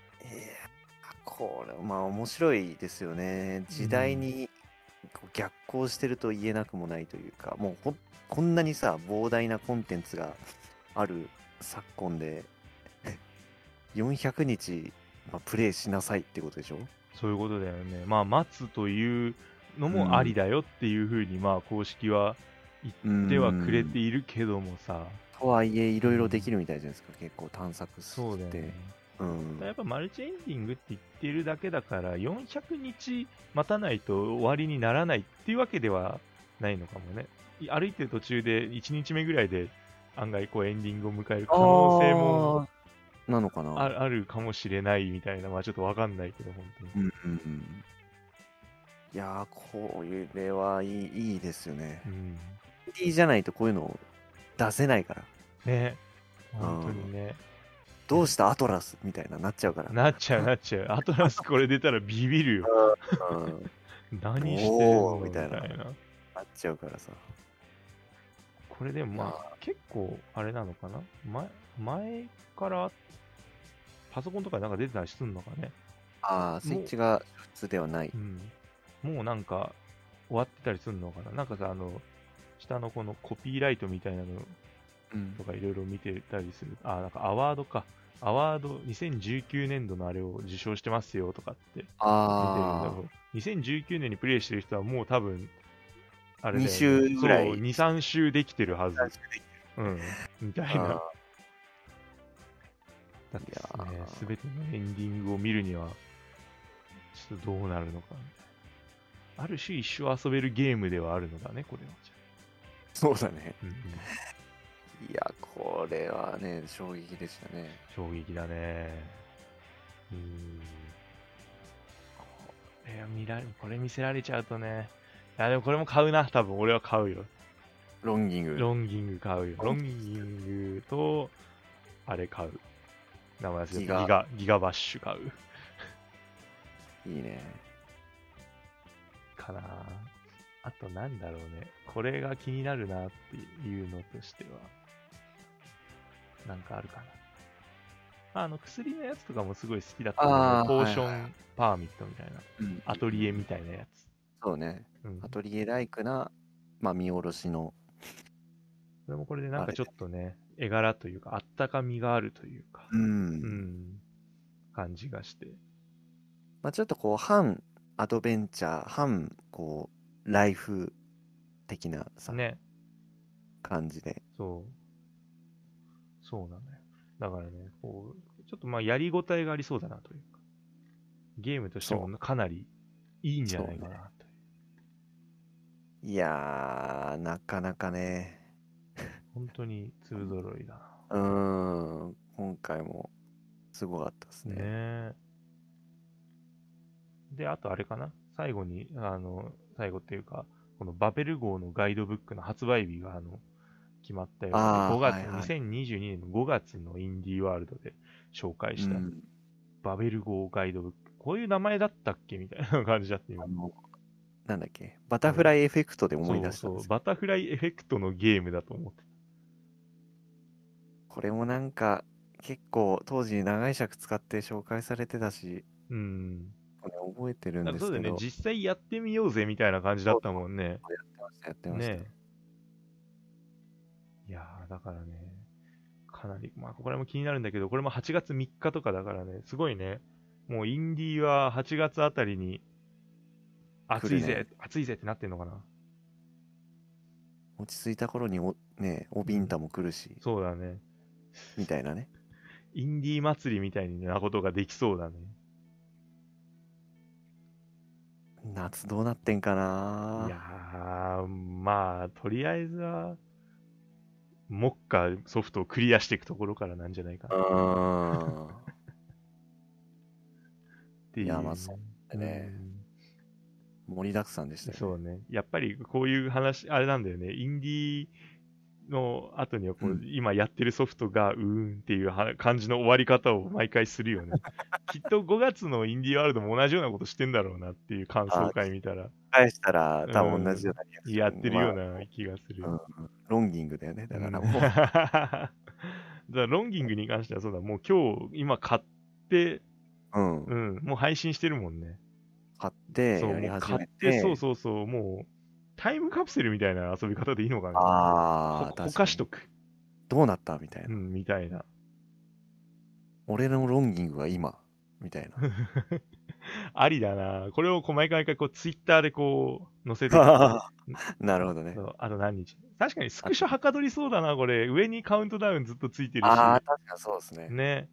これ、まあ面白いですよね。時代にこう逆行してると言えなくもないというか、もうこんなにさ、膨大なコンテンツがある昨今で、400日、まあ、プレイしなさいってことでしょ？ そういうことだよね。まあ、待つというのもありだよっていうふうに、まあ、公式は言ってはくれているけどもさ。 とはいえ、いろいろできるみたいじゃないですか、結構探索して。 そうだよね。やっぱマルチエンディングって言ってるだけだから、400日待たないと終わりにならないっていうわけではないのかもね。歩いてる途中で1日目ぐらいで案外こうエンディングを迎える可能性もなのかなあるかもしれないみたいな、まあちょっとわかんないけど、本当に。 いやー、これはいいですよね。 うん。 いいじゃないとこういうの出せないから。 ね。本当にね。 どうしたアトラスみたいななっちゃうから。 なっちゃう。アトラスこれ出たらビビるよ。何してんのみたいな。なっちゃうからさ。 これでもまあ、結構、あれなのかな前からパソコンとかでなんか出てたりするのかね。 スイッチが普通ではない。 もうなんか、終わってたりするのかな。なんかさ、下のこのコピーライトみたいなのとかいろいろ見てたりする。なんかアワードか。アワード、2019年度のあれを受賞してますよとかって出てるんだけど、2019年にプレイしてる人はもう多分、あれだよね、 2週ぐらい。 そう、2、3週できてるはず。みたいな。だってね、すべてのエンディングを見るには、ちょっとどうなるのか。ある種一生遊べるゲームではあるのだね、これは。 そうだね。いや、これはね、衝撃でしたね。 衝撃だね。これ見せられちゃうとね。いや、でもこれも買うな。多分俺は買うよ。 ロンギング買うよ。ロンギングと、あれ買う。名前忘れた。ギガバッシュ買う。 いいね。 かな。あとなんだろうね。これが気になるなっていうのとしては、なんかあるかな。薬のやつとかもすごい好きだったけど、ポーションパーミットみたいな、アトリエみたいなやつ。 そうね。アトリエライクな、まあ見下ろしの。 それもこれでなんかちょっとね、絵柄というか、あったかみがあるというか、感じがして。 まあちょっとこう、反アドベンチャー、反こう、ライフ的なさ、 ね、 感じで。 そうなんだよ。だからね、こう、ちょっとまあやりごたえがありそうだなというか、ゲームとしてもかなりいいんじゃないかなという。いやー、なかなかね。 本当に粒揃いだな。今回もすごかったですね。 で、あとあれかな最後に、最後っていうか、このバベル号のガイドブックの発売日が決まったようで、5月、2022年の5月のインディーワールドで紹介した、バベル号ガイドブック。こういう名前だったっけみたいな感じだった今。 なんだっけバタフライエフェクトで思い出したんですそう、バタフライエフェクトのゲームだと思ってた。 これもなんか、結構当時長い尺使って紹介されてたし、これ覚えてるんですけど。 そうだね、実際やってみようぜみたいな感じだったもんね。 やってました。 いやー、だからね、かなり、まあ、これも気になるんだけど、これも8月3日とかだからね、すごいね、もうインディーは8月あたりに、暑いぜってなってんのかな。 落ち着いた頃におビンタも来るし。 そうだね。 みたいなね。 インディー祭りみたいなことができそうだね。 夏どうなってんかな。 いやー、まあ、とりあえずは、目下ソフトをクリアしていくところからなんじゃないかな。 ていう。 いや、まあそうね。盛りだくさんでしたよね。 そうね。やっぱりこういう話、あれなんだよね。インディーの後にはこう、今やってるソフトがっていう感じの終わり方を毎回するよね。きっと5月のインディーワールドも同じようなことしてんだろうなっていう感想会見たら。 返したら多分同じようなリアクション、 やってるような気がする。 ロンギングだよね。だからもう。 だからロンギングに関してはそうだ、もう今買って、もう配信してるもんね。 買ってやり始めて、 もうタイムカプセルみたいな遊び方でいいのかな。ほかしとく。 どうなったみたいな。 みたいな。 俺のロンギングは今みたいな。 ありだな。これを毎回こうツイッターでこう載せてなるほどね。 あと何日。確かにスクショはかどりそうだな、これ。上にカウントダウンずっとついてるし。 ああ、確かにそうですね。 ね。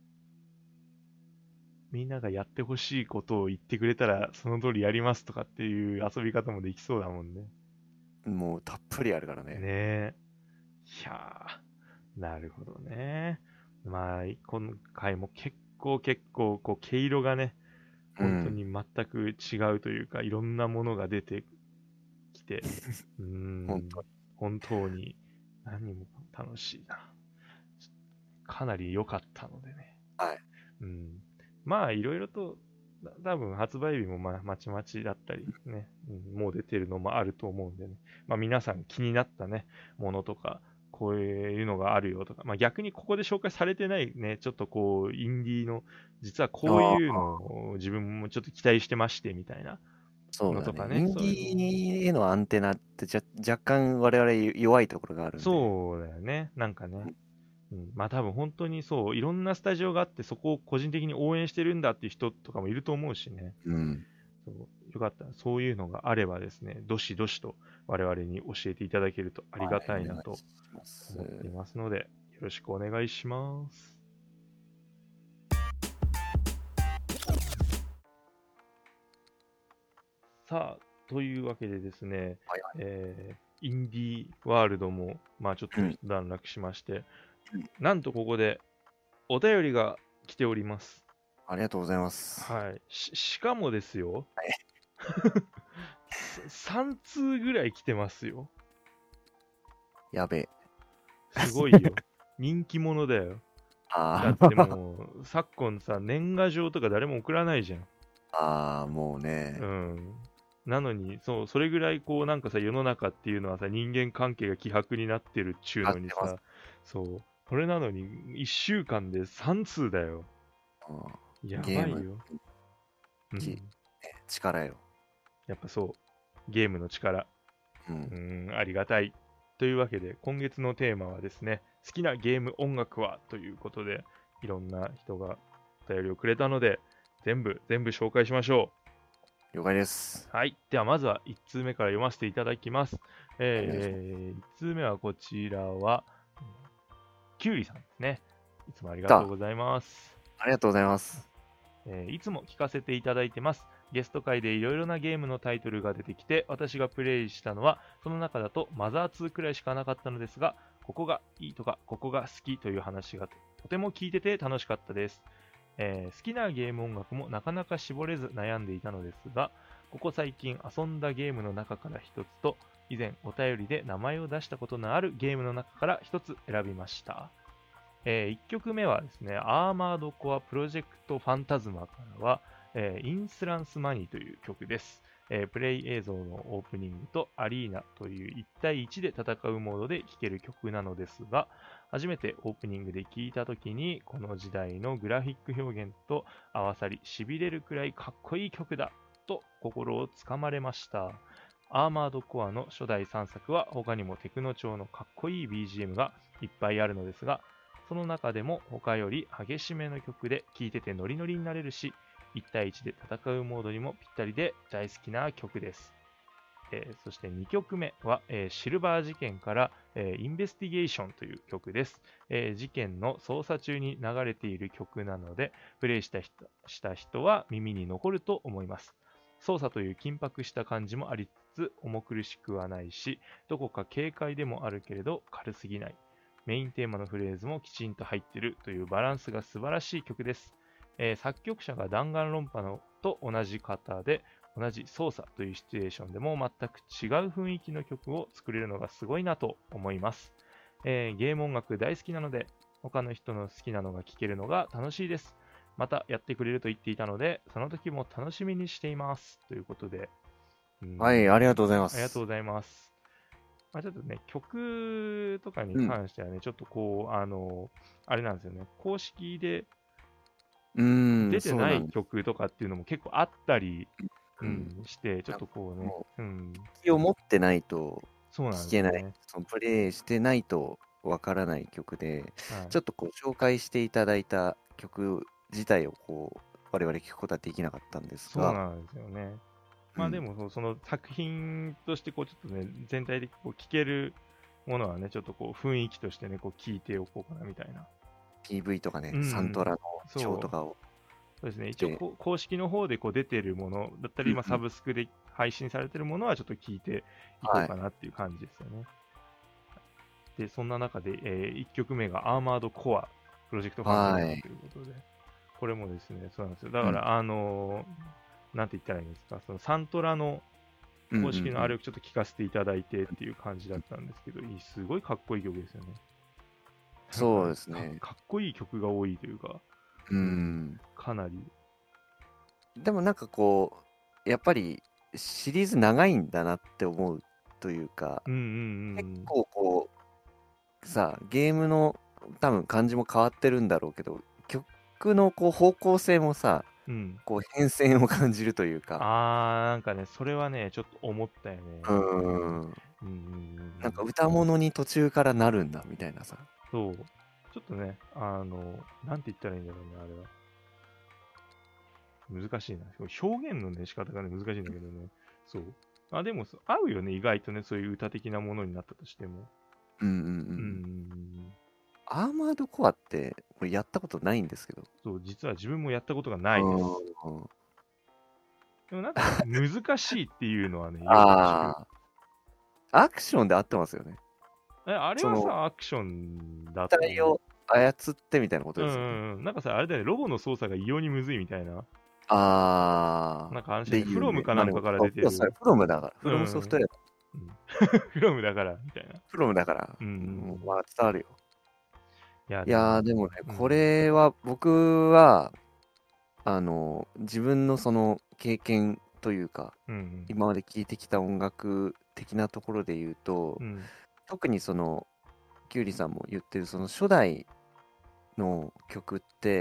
みんながやってほしいことを言ってくれたら、その通りやりますとかっていう遊び方もできそうだもんね。 もうたっぷりあるからね。 ねえ。いやー、なるほどね。まあ、今回も結構、こう、毛色がね、本当に全く違うというか、いろんなものが出てきて、本当に何も楽しいな。かなり良かったのでね。 はい。 まあ、いろいろと、多分発売日もまちまちだったりね、もう出てるのもあると思うんでね。まあ、皆さん気になったね、ものとか、こういうのがあるよとか、まあ、逆にここで紹介されてないね、ちょっとこう、インディーの、実はこういうのを自分もちょっと期待してましてみたいなのとかね。 インディーへのアンテナって若干我々弱いところがあるんで。 そうだよね。なんかね。まあ多分本当にそう、いろんなスタジオがあって、そこを個人的に応援してるんだっていう人とかもいると思うしね。そうよかったら、そういうのがあればですね、どしどしと我々に教えていただけるとありがたいなと思っていますので、よろしくお願いします。さあ、というわけでですね、インディーワールドも、まあちょっと一段落しまして、なんとここでお便りが来ております。 ありがとうございます。 はい。しかもですよ。3通ぐらい来てますよ。 やべえ。すごいよ。人気者だよ。だってもう、昨今さ、年賀状とか誰も送らないじゃん。 もうね。 なのに、それぐらいこうなんかさ、世の中っていうのはさ、人間関係が希薄になってるっちゅうのにさ、これなのに1週間で3通だよ。やばいよ。 力よ。 やっぱそう。ゲームの力。ありがたい。というわけで、今月のテーマはですね、好きなゲーム音楽はということで、いろんな人がお便りをくれたので、全部紹介しましょう。了解です。 はい。では、まずは1通目から読ませていただきます。1通目はこちらは、キュウリさんですね。いつもありがとうございます。 ありがとうございます。 いつも聞かせていただいてます。ゲスト会でいろいろなゲームのタイトルが出てきて、私がプレイしたのは、その中だとマザー2くらいしかなかったのですが、ここがいいとか、ここが好きという話がとても聞いてて楽しかったです。好きなゲーム音楽もなかなか絞れず悩んでいたのですが、ここ最近遊んだゲームの中から一つと、以前お便りで名前を出したことのあるゲームの中から一つ選びました。1曲目はですね、アーマードコアプロジェクトファンタズマからは、インスランスマニーという曲です。プレイ映像のオープニングとアリーナという1対1で戦うモードで聴ける曲なのですが、初めてオープニングで聴いたときに、この時代のグラフィック表現と合わさり、痺れるくらいかっこいい曲だと心をつかまれました。アーマードコアの初代3作は他にもテクノ調のかっこいい BGM がいっぱいあるのですが、その中でも他より激しめの曲で聴いててノリノリになれるし、1対1で戦うモードにもぴったりで大好きな曲です。そして2曲目は、シルバー事件から、インベスティゲーションという曲です。事件の捜査中に流れている曲なので、プレイした人は耳に残ると思います。操作という緊迫した感じもありつつ、重苦しくはないし、どこか軽快でもあるけれど軽すぎない。メインテーマのフレーズもきちんと入っているというバランスが素晴らしい曲です。作曲者が弾丸論破のと同じ方で同じ操作というシチュエーションでも全く違う雰囲気の曲を作れるのがすごいなと思います。ゲーム音楽大好きなので、他の人の好きなのが聴けるのが楽しいです。またやってくれると言っていたので、その時も楽しみにしています。ということで。 はい、ありがとうございます。 ありがとうございます。ちょっとね、曲とかに関してはね、ちょっとこう、あれなんですよね、公式で出てない曲とかっていうのも結構あったりして、ちょっとこうね、 気を持ってないと聞けない、そのプレイしてないとわからない曲で、ちょっとこう紹介していただいた曲自体をこう我々聞くことはできなかったんですが、 そうなんですよね。まあでもその作品としてこうちょっとね、全体的にこう聴けるものはね、ちょっとこう雰囲気としてね、こう聞いておこうかなみたいな。 PV とかね、サントラの賞とかを。 そうですね、一応公式の方でこう出てるものだったり、サブスクで配信されてるものはちょっと聞いていこうかなっていう感じですよね。で、そんな中で、1曲目がアーマードコアプロジェクトファンタジーということで、これもですね、そうなんですよ。だから、なんて言ったらいいんですか、そのサントラの公式のあれをちょっと聞かせていただいてっていう感じだったんですけど、すごいかっこいい曲ですよね。 そうですね。 かっこいい曲が多いというか、かなり。 でもなんかこう、やっぱりシリーズ長いんだなって思うというか、結構こう、さ、ゲームの多分感じも変わってるんだろうけど、曲のこう方向性もさ、こう変遷を感じるというか。 なんかね、それはね、ちょっと思ったよね。 なんか歌物に途中からなるんだみたいなさ。 そう。ちょっとね、なんて言ったらいいんだろうね、あれは。難しいな。表現のね、仕方がね、難しいんだけどね。そう。でも、合うよね、意外とね、そういう歌的なものになったとしても。 アーマードコアって、これやったことないんですけど。 そう、実は自分もやったことがないです。でもなんか、難しいっていうのはね、よく聞く。 アクションで合ってますよね。 あれはさ、アクションだと。機体を操ってみたいなことですよね。 なんかさ、あれだよね、ロボの操作が異様にむずいみたいな。 なんかフロムかなんかから出てる。 フロムだから。フロムソフトウェア。フロムだから、みたいな。 フロムだから。まあ、伝わるよ。いやでもね、これは僕は、自分のその経験というか、今まで聴いてきた音楽的なところで言うと、特にその、キュウリさんも言ってるその初代の曲って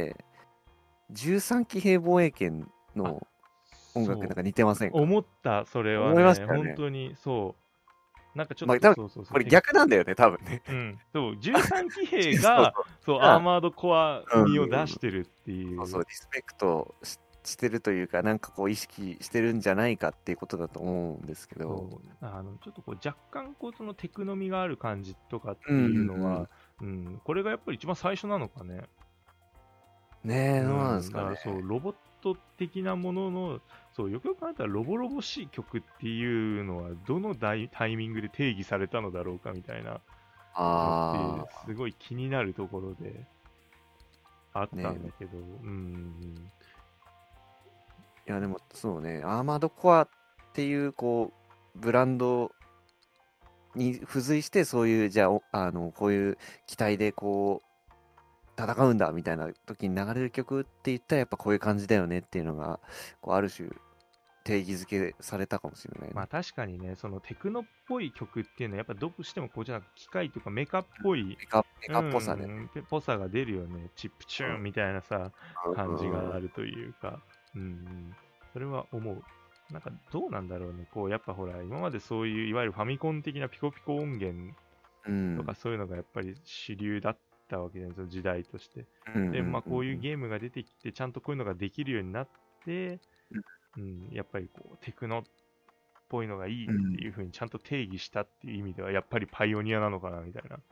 、13騎兵防衛権の音楽なんか似てませんか？ 思った、それはね。 思いましたよね。 本当に、そう。なんかちょっと、これ逆なんだよね、多分ね。 そう、13騎兵が、そう、アーマードコア味を出してるっていう。 リスペクトしてるというか、なんかこう意識してるんじゃないかっていうことだと思うんですけど。 ちょっとこう若干こうそのテクノミがある感じとかっていうのは、これがやっぱり一番最初なのかね。 ねえ、どうなんですかね。 そう、ロボット的なものの、そう、よくよく考えたらロボロボしい曲っていうのは、どのタイミングで定義されたのだろうかみたいな、ってすごい気になるところで、あったんだけど、 いや、でもそうね、アーマードコアっていう、こう、ブランドに付随して、そういう、じゃあ、こういう機体でこう、戦うんだみたいな時に流れる曲って言ったらやっぱこういう感じだよねっていうのがこうある種定義づけされたかもしれない、ね。 まあ確かにね、そのテクノっぽい曲っていうのはやっぱどうしてもこうじゃなく機械とかメカっぽいメカっぽさね、 ぽさが出るよね。チップチューンみたいなさ、感じがあるというか、それは思う。なんかどうなんだろうね。こうやっぱほら今までそういういわゆるファミコン的なピコピコ音源とかそういうのがやっぱり主流だったわけじゃないですか、時代として。で、まあこういうゲームが出てきて、ちゃんとこういうのができるようになって、やっぱりこうテクノっぽいのがいいっていうふうにちゃんと定義したっていう意味では、やっぱりパイオニアなのかなみたいな、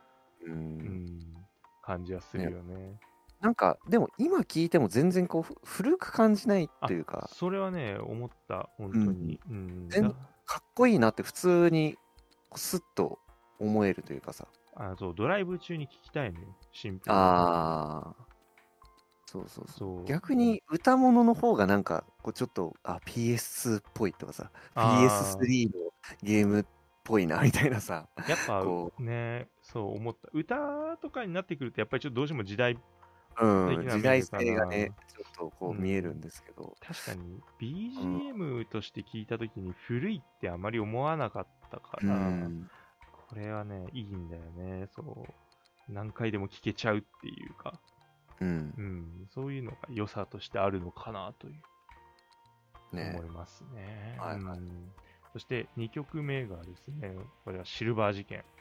感じはするよね。 なんか、でも今聞いても全然こう古く感じないというか。 それはね、思った、本当に。 かっこいいなって普通にスッと思えるというかさ。 そう、ドライブ中に聞きたいのよ、シンプルに。 そうそうそそうう。逆に歌物の方がなんか、こうちょっと、PS っぽいとかさ、PS3 のゲームっぽいな、みたいなさ、 やっぱこね、そう思った。歌とかになってくると、やっぱりちょっとどうしても時代的な時代性面でかな。 がね、ちょっとこう見えるんですけど、 確かにうん、 BGM として聞いたときに古いってあまり思わなかったかうら、 ん、 これはね、いいんだよね。そう。何回でも聴けちゃうっていうか、そういうのが良さとしてあるのかなというね、 思いますね。 はいはい。 そして2曲目がですね、これはシルバー事件。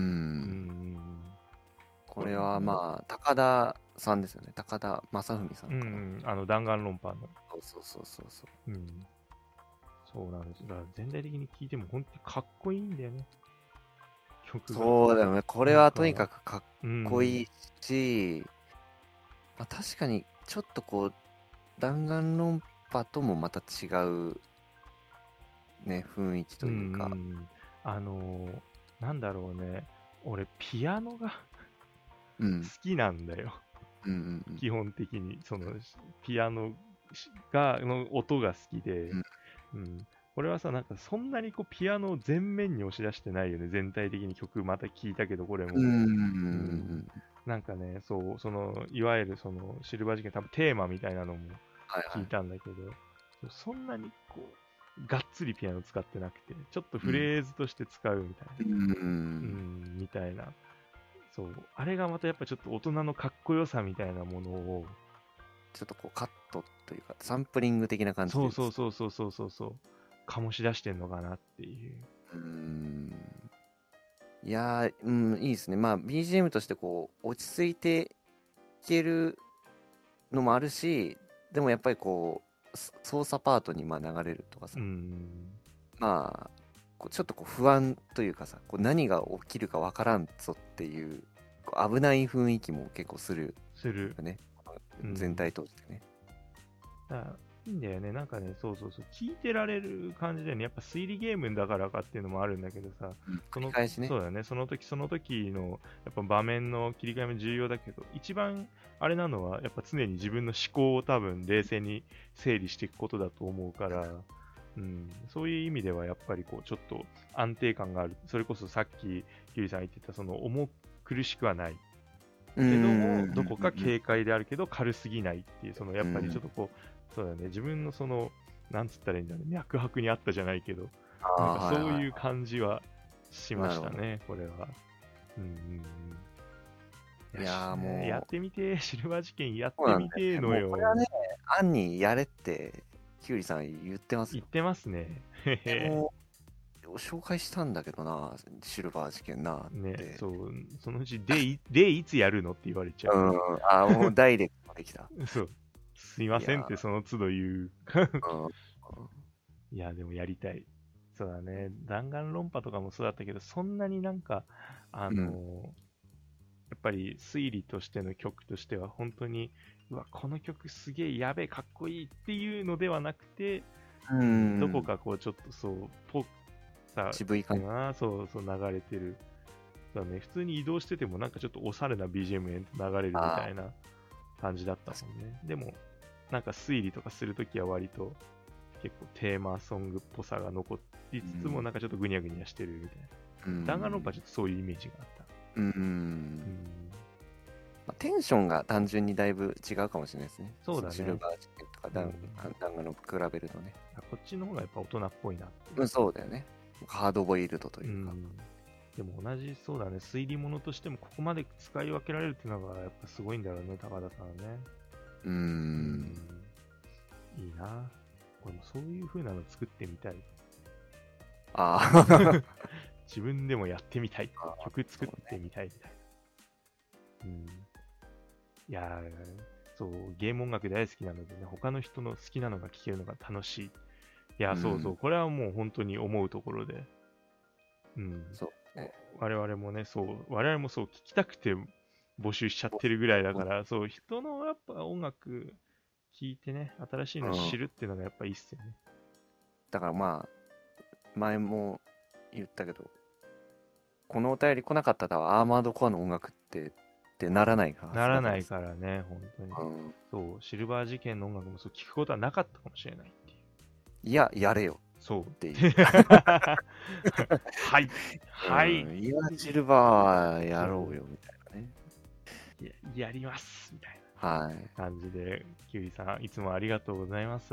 これはまあ、高田さんですよね。高田正文さんかな。 弾丸論破の。 そうそうそうそう。 そうなんです。だから全体的に聴いても本当にかっこいいんだよね。曲が。 そうだよね。これはとにかくかっこいいし、まあ、確かにちょっとこう、弾丸論破ともまた違うね、雰囲気というか。 なんだろうね。俺、ピアノがうん。 好きなんだよ。 うんうんうん。 基本的に。ピアノの音が好きで。これはさ、なんかそんなにこうピアノを前面に押し出してないよね。全体的に曲また聴いたけど、これも。なんかね、そう、いわゆるシルバー事件、多分テーマみたいなのも聞いたんだけど、そんなにこう、がっつりピアノ使ってなくて、ちょっとフレーズとして使うみたいな。みたいな。そう。あれがまたやっぱちょっと大人のかっこよさみたいなものを、 ちょっとこうカットというか、サンプリング的な感じで。 そう、醸し出してんのかなっていう。 いやー、いいですね。まあ、BGM としてこう、落ち着いていけるのもあるし、でもやっぱりこう、操作パートにまあ流れるとかさ、まあ、こうちょっとこう不安というかさ、こう何が起きるかわからんぞっていう、こう危ない雰囲気も結構するよね。全体通してね。 いいんだよね。なんかね、そう、聞いてられる感じでね、やっぱ推理ゲームだからかっていうのもあるんだけどさ、 繰り返しね。 そうだよね、その時の、やっぱ場面の切り替えも重要だけど、一番あれなのは、やっぱ常に自分の思考を多分冷静に整理していくことだと思うから、そういう意味ではやっぱりこう、ちょっと安定感がある。それこそさっき、キュリさん言ってた、重苦しくはない。けども、どこか軽快であるけど軽すぎないっていう、やっぱりちょっとこう、そうだね、自分のなんつったらいいんだろう、脈拍にあったじゃないけど、なんかそういう感じはしましたね、これは。 いやもう。 やってみて、シルバー事件やってみてのよ。 これはね、アンにやれって、キュウリさん言ってますよ。 言ってますね。 もう紹介したんだけどな、シルバー事件なって。 ね、そう、そのうち、でいつやるのって言われちゃう。もうダイレクトできた。 そう。すいませんってその都度言う。いや、でもやりたい。そうだね。弾丸論破とかもそうだったけど、そんなになんか、やっぱり推理としての曲としては、本当に、うわ、この曲すげえやべえ、かっこいいっていうのではなくて、どこかこう、ちょっとそう、 渋い感じ。 そう流れてる。だね、普通に移動しててもなんかちょっとおしゃれな BGM 流れるみたいな感じだったもんね。でも、なんか推理とかするときは割と結構テーマソングっぽさが残りつつもなんかちょっとグニャグニャしてるみたいな。弾丸論破はちょっとそういうイメージがあった。 テンションが単純にだいぶ違うかもしれないですね。 そうだね。 シルバー事件とか弾丸論破比べるとね。 こっちの方がやっぱ大人っぽいなって。 そうだよね。ハードボイルドというか。 でも同じそうだね、推理物としてもここまで使い分けられるっていうのがやっぱすごいんだろうね、高田さんはね。いいな。俺もそういう風なの作ってみたい。自分でもやってみたい。曲作ってみたいみたいな。いやそう、ゲーム音楽大好きなのでね、他の人の好きなのが聴けるのが楽しい。いや、そう、これはもう本当に思うところで。我々もね、我々もそう、聴きたくて募集しちゃってるぐらいだから、そう、人のやっぱ音楽聴いてね、新しいの知るっていうのがやっぱいいっすよね。 だからまあ、前も言ったけど、このお便り来なかったらアーマードコアの音楽ってってならないから。 ならないからね、本当に。 うん、 そう、シルバー事件の音楽もそう聞くことはなかったかもしれないっていう。 いや、やれよそう。 っていう。 はい。はい。 いや、シルバーやろうよみたいなね。 やりますみたいはい。 な感じで、キュウリさん、いつもありがとうございます。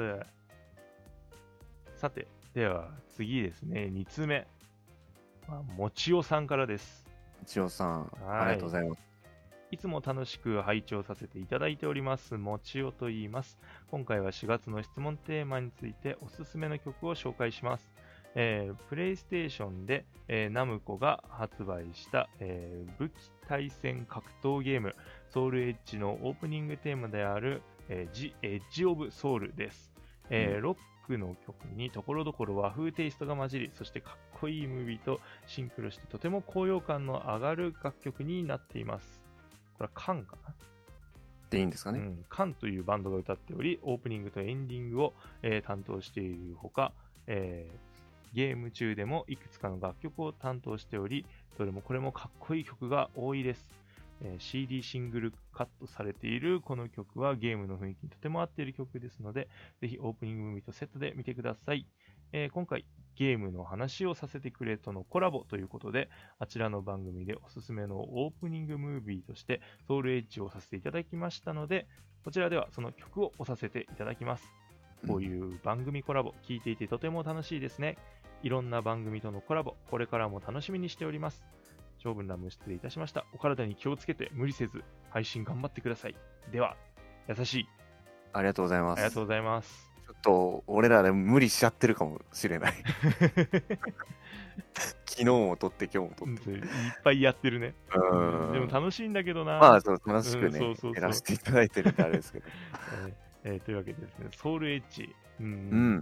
さて、では次ですね、2つ目。もちおさんからです。 千代さん、 はいありがとうございます。 いつも楽しく拝聴させていただいております、もちおと言います。今回は4月の質問テーマについておすすめの曲を紹介します。プレイステーションで、ナムコが発売した、武器対戦格闘ゲーム、ソウルエッジのオープニングテーマである、The Edge of Soul です。ロックの曲にところどころ和風テイストが混じり、そしてかっこいいムービーとシンクロしてとても高揚感の上がる楽曲になっています。これはカンかなでいいんですかね。 カンというバンドが歌っており、オープニングとエンディングを、担当しているほか、ゲーム中でもいくつかの楽曲を担当しており、どれもこれもかっこいい曲が多いです。CD シングルカットされているこの曲はゲームの雰囲気にとても合っている曲ですので、ぜひオープニングムービーとセットで見てください。今回ゲームの話をさせてくれとのコラボということで、あちらの番組でおすすめのオープニングムービーとしてソウルエッジをさせていただきましたので、こちらではその曲を押させていただきます。こういう番組コラボ、聞いていてとても楽しいですね。いろんな番組とのコラボ、これからも楽しみにしております。長文乱文失礼いたしました。お体に気をつけて無理せず配信頑張ってください。では、優しい。 ありがとうございます。 ありがとうございます。 ちょっと俺らで無理しちゃってるかもしれない。昨日も撮って今日も撮って。 いっぱいやってるね。でも楽しいんだけどな。 まあそう、楽しくね、やらせていただいてるんであれですけど。 というわけでですね、ソウルエッジ。 うん。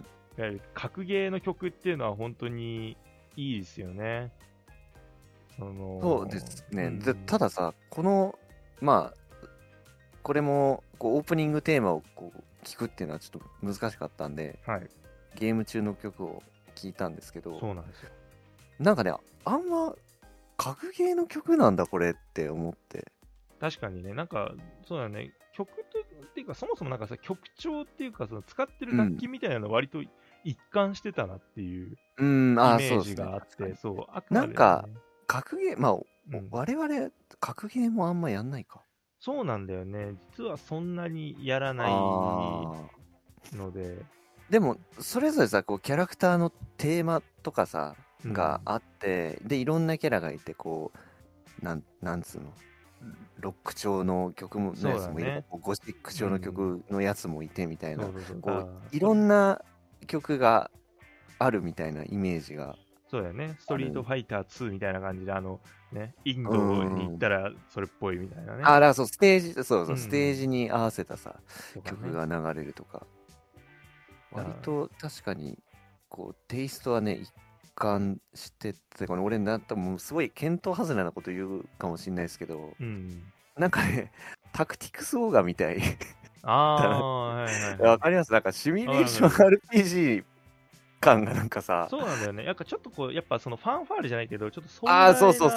いわゆる格ゲーの曲っていうのは本当にいいですよね。 そうですね。たださ、この、まあ、これもこうオープニングテーマをこう聞くっていうのはちょっと難しかったんで、 はい、 ゲーム中の曲を聞いたんですけど、 そうなんですよ。 なんかね、あんま格ゲーの曲なんだこれって思って。 確かにね、なんか、そうだね、曲っていうか、そもそもなんかさ、曲調っていうか、その使ってる楽器みたいなの割と一貫してたなっていうイメージがあって、そう、あくまで、ね、 なんか、格ゲー、まあ、我々、格ゲーもあんまやんないか。 そうなんだよね。実はそんなにやらないので。 でも、それぞれさ、こう、キャラクターのテーマとかさ、があって、で、いろんなキャラがいて、こう、なんつうの、ロック調の曲のやつもいれば、ゴシック調の曲のやつもいてみたいな、こう、いろんな曲があるみたいなイメージが。 そうだよね。ストリートファイター2みたいな感じで、ね、インドに行ったらそれっぽいみたいなね。 だからそう、ステージに合わせたさ、曲が流れるとか。割と確かに、こう、テイストはね、一貫してて、俺もうすごい見当外れなこと言うかもしれないですけど、なんかね、タクティクスオーガみたい。わかります？なんかシミュレーション RPG 感がなんかさ。 そうなんだよね。やっぱちょっとこう、やっぱそのファンファーレじゃないけど、ちょっと壮大な、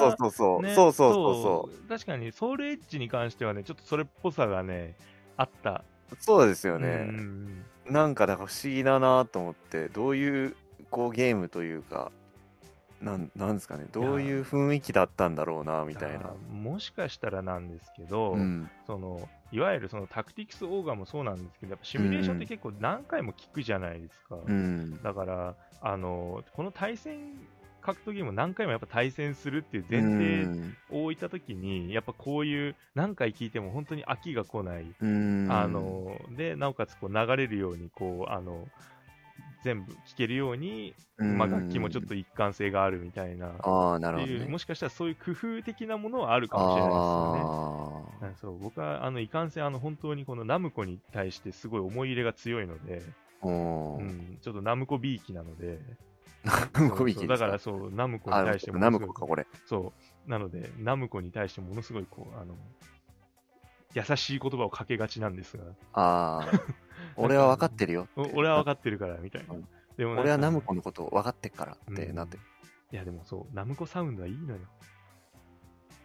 そう。 確かにソウルエッジに関してはね、ちょっとそれっぽさがね、あった。 そうですよね。なんかだから不思議だなと思って、どういうこうゲームというか、なんですかね、どういう雰囲気だったんだろうなみたいな。 もしかしたらなんですけど、いわゆるそのタクティクスオーガもそうなんですけど、やっぱシミュレーションって結構何回も聞くじゃないですか。だから、この対戦格闘ゲームを何回もやっぱ対戦するっていう前提を置いたときに、やっぱこういう何回聞いても本当に飽きが来ない。で、なおかつこう流れるように、こう、全部聴けるように、楽器もちょっと一貫性があるみたいな。 なるほどね。 もしかしたらそういう工夫的なものはあるかもしれないですよね。そう、僕は、いかんせん、本当にこのナムコに対してすごい思い入れが強いので、ちょっとナムコびいきなので、だからそう、ナムコに対してもナムコか、これ。 そう、なので、ナムコに対してものすごい、こう、優しい言葉をかけがちなんですが。 俺は分かってるよ。 俺は分かってるから、みたいな。 でも俺はナムコのこと分かってっからってなって。 いや、でもそう、ナムコサウンドはいいのよ。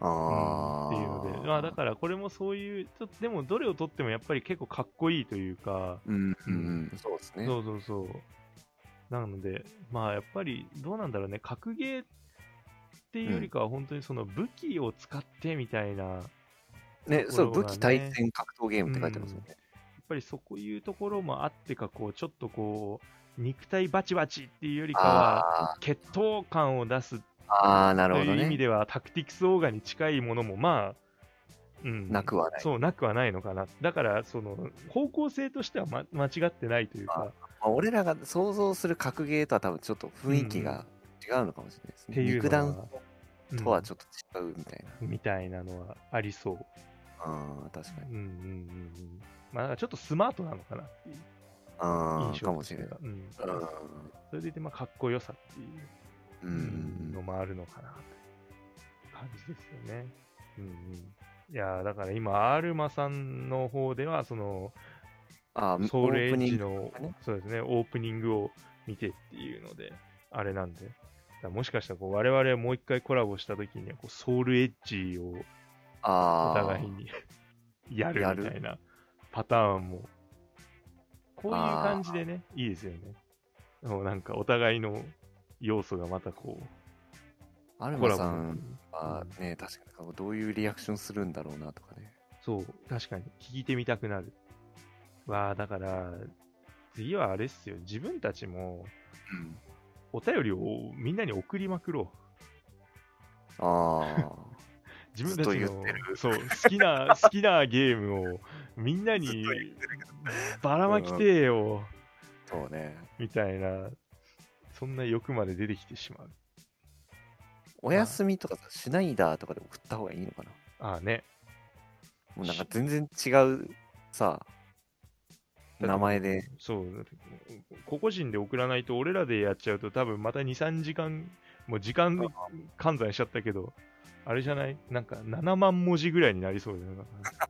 っていうので、まあ、だからこれもそういう、ちょっとでもどれをとってもやっぱり結構かっこいいというか、 そうですね。 そうそうそう。なので、まあやっぱりどうなんだろうね、格ゲーっていうよりかは本当にその武器を使ってみたいな、 ね、そう、武器対戦格闘ゲームって書いてますよね。 やっぱりそういうところもあってか、こう、ちょっとこう、肉体バチバチっていうよりかは、決闘感を出すなるほどね。 という意味では、タクティクスオーガに近いものも、まあ、 なくはない。 そう、なくはないのかな。だから、その、方向性としては、間違ってないというか。 俺らが想像する格ゲーとは多分ちょっと雰囲気が違うのかもしれないですね。っていう肉弾とはちょっと違うみたいな。 みたいなのはありそう。 確かに。 まあ、ちょっとスマートなのかなっていう印象かもしれない。 それでいて、まあ、かっこよさっていうのもあるのかなという感じですよね。いやだから今、アルマさんの方では、その、ソウルエッジの、そうですね、オープニングを見てっていうので、あれなんで、もしかしたらこう我々はもう一回コラボしたときにはこうソウルエッジをお互いにやるみたいなパターンも、こういう感じでね、いいですよね。もうなんかお互いの要素がまたこう、 アルマさんはね、確かにどういうリアクションするんだろうなとかね。 そう、確かに聞いてみたくなる。だから、次はあれっすよ、自分たちも、お便りをみんなに送りまくろう。自分たちのそう好きなゲームをみんなにばらまきてよ。 そうね。 みたいな、そんな欲まで出てきてしまう。 お休みとかさ、シュナイダーとかで送った方がいいのかな。 ね。 もうなんか全然違うさ、名前で。 そう、個々人で送らないと、俺らでやっちゃうと、多分また2、3時間、もう時間換算しちゃったけど、あれじゃないなんか7万文字ぐらいになりそうだよ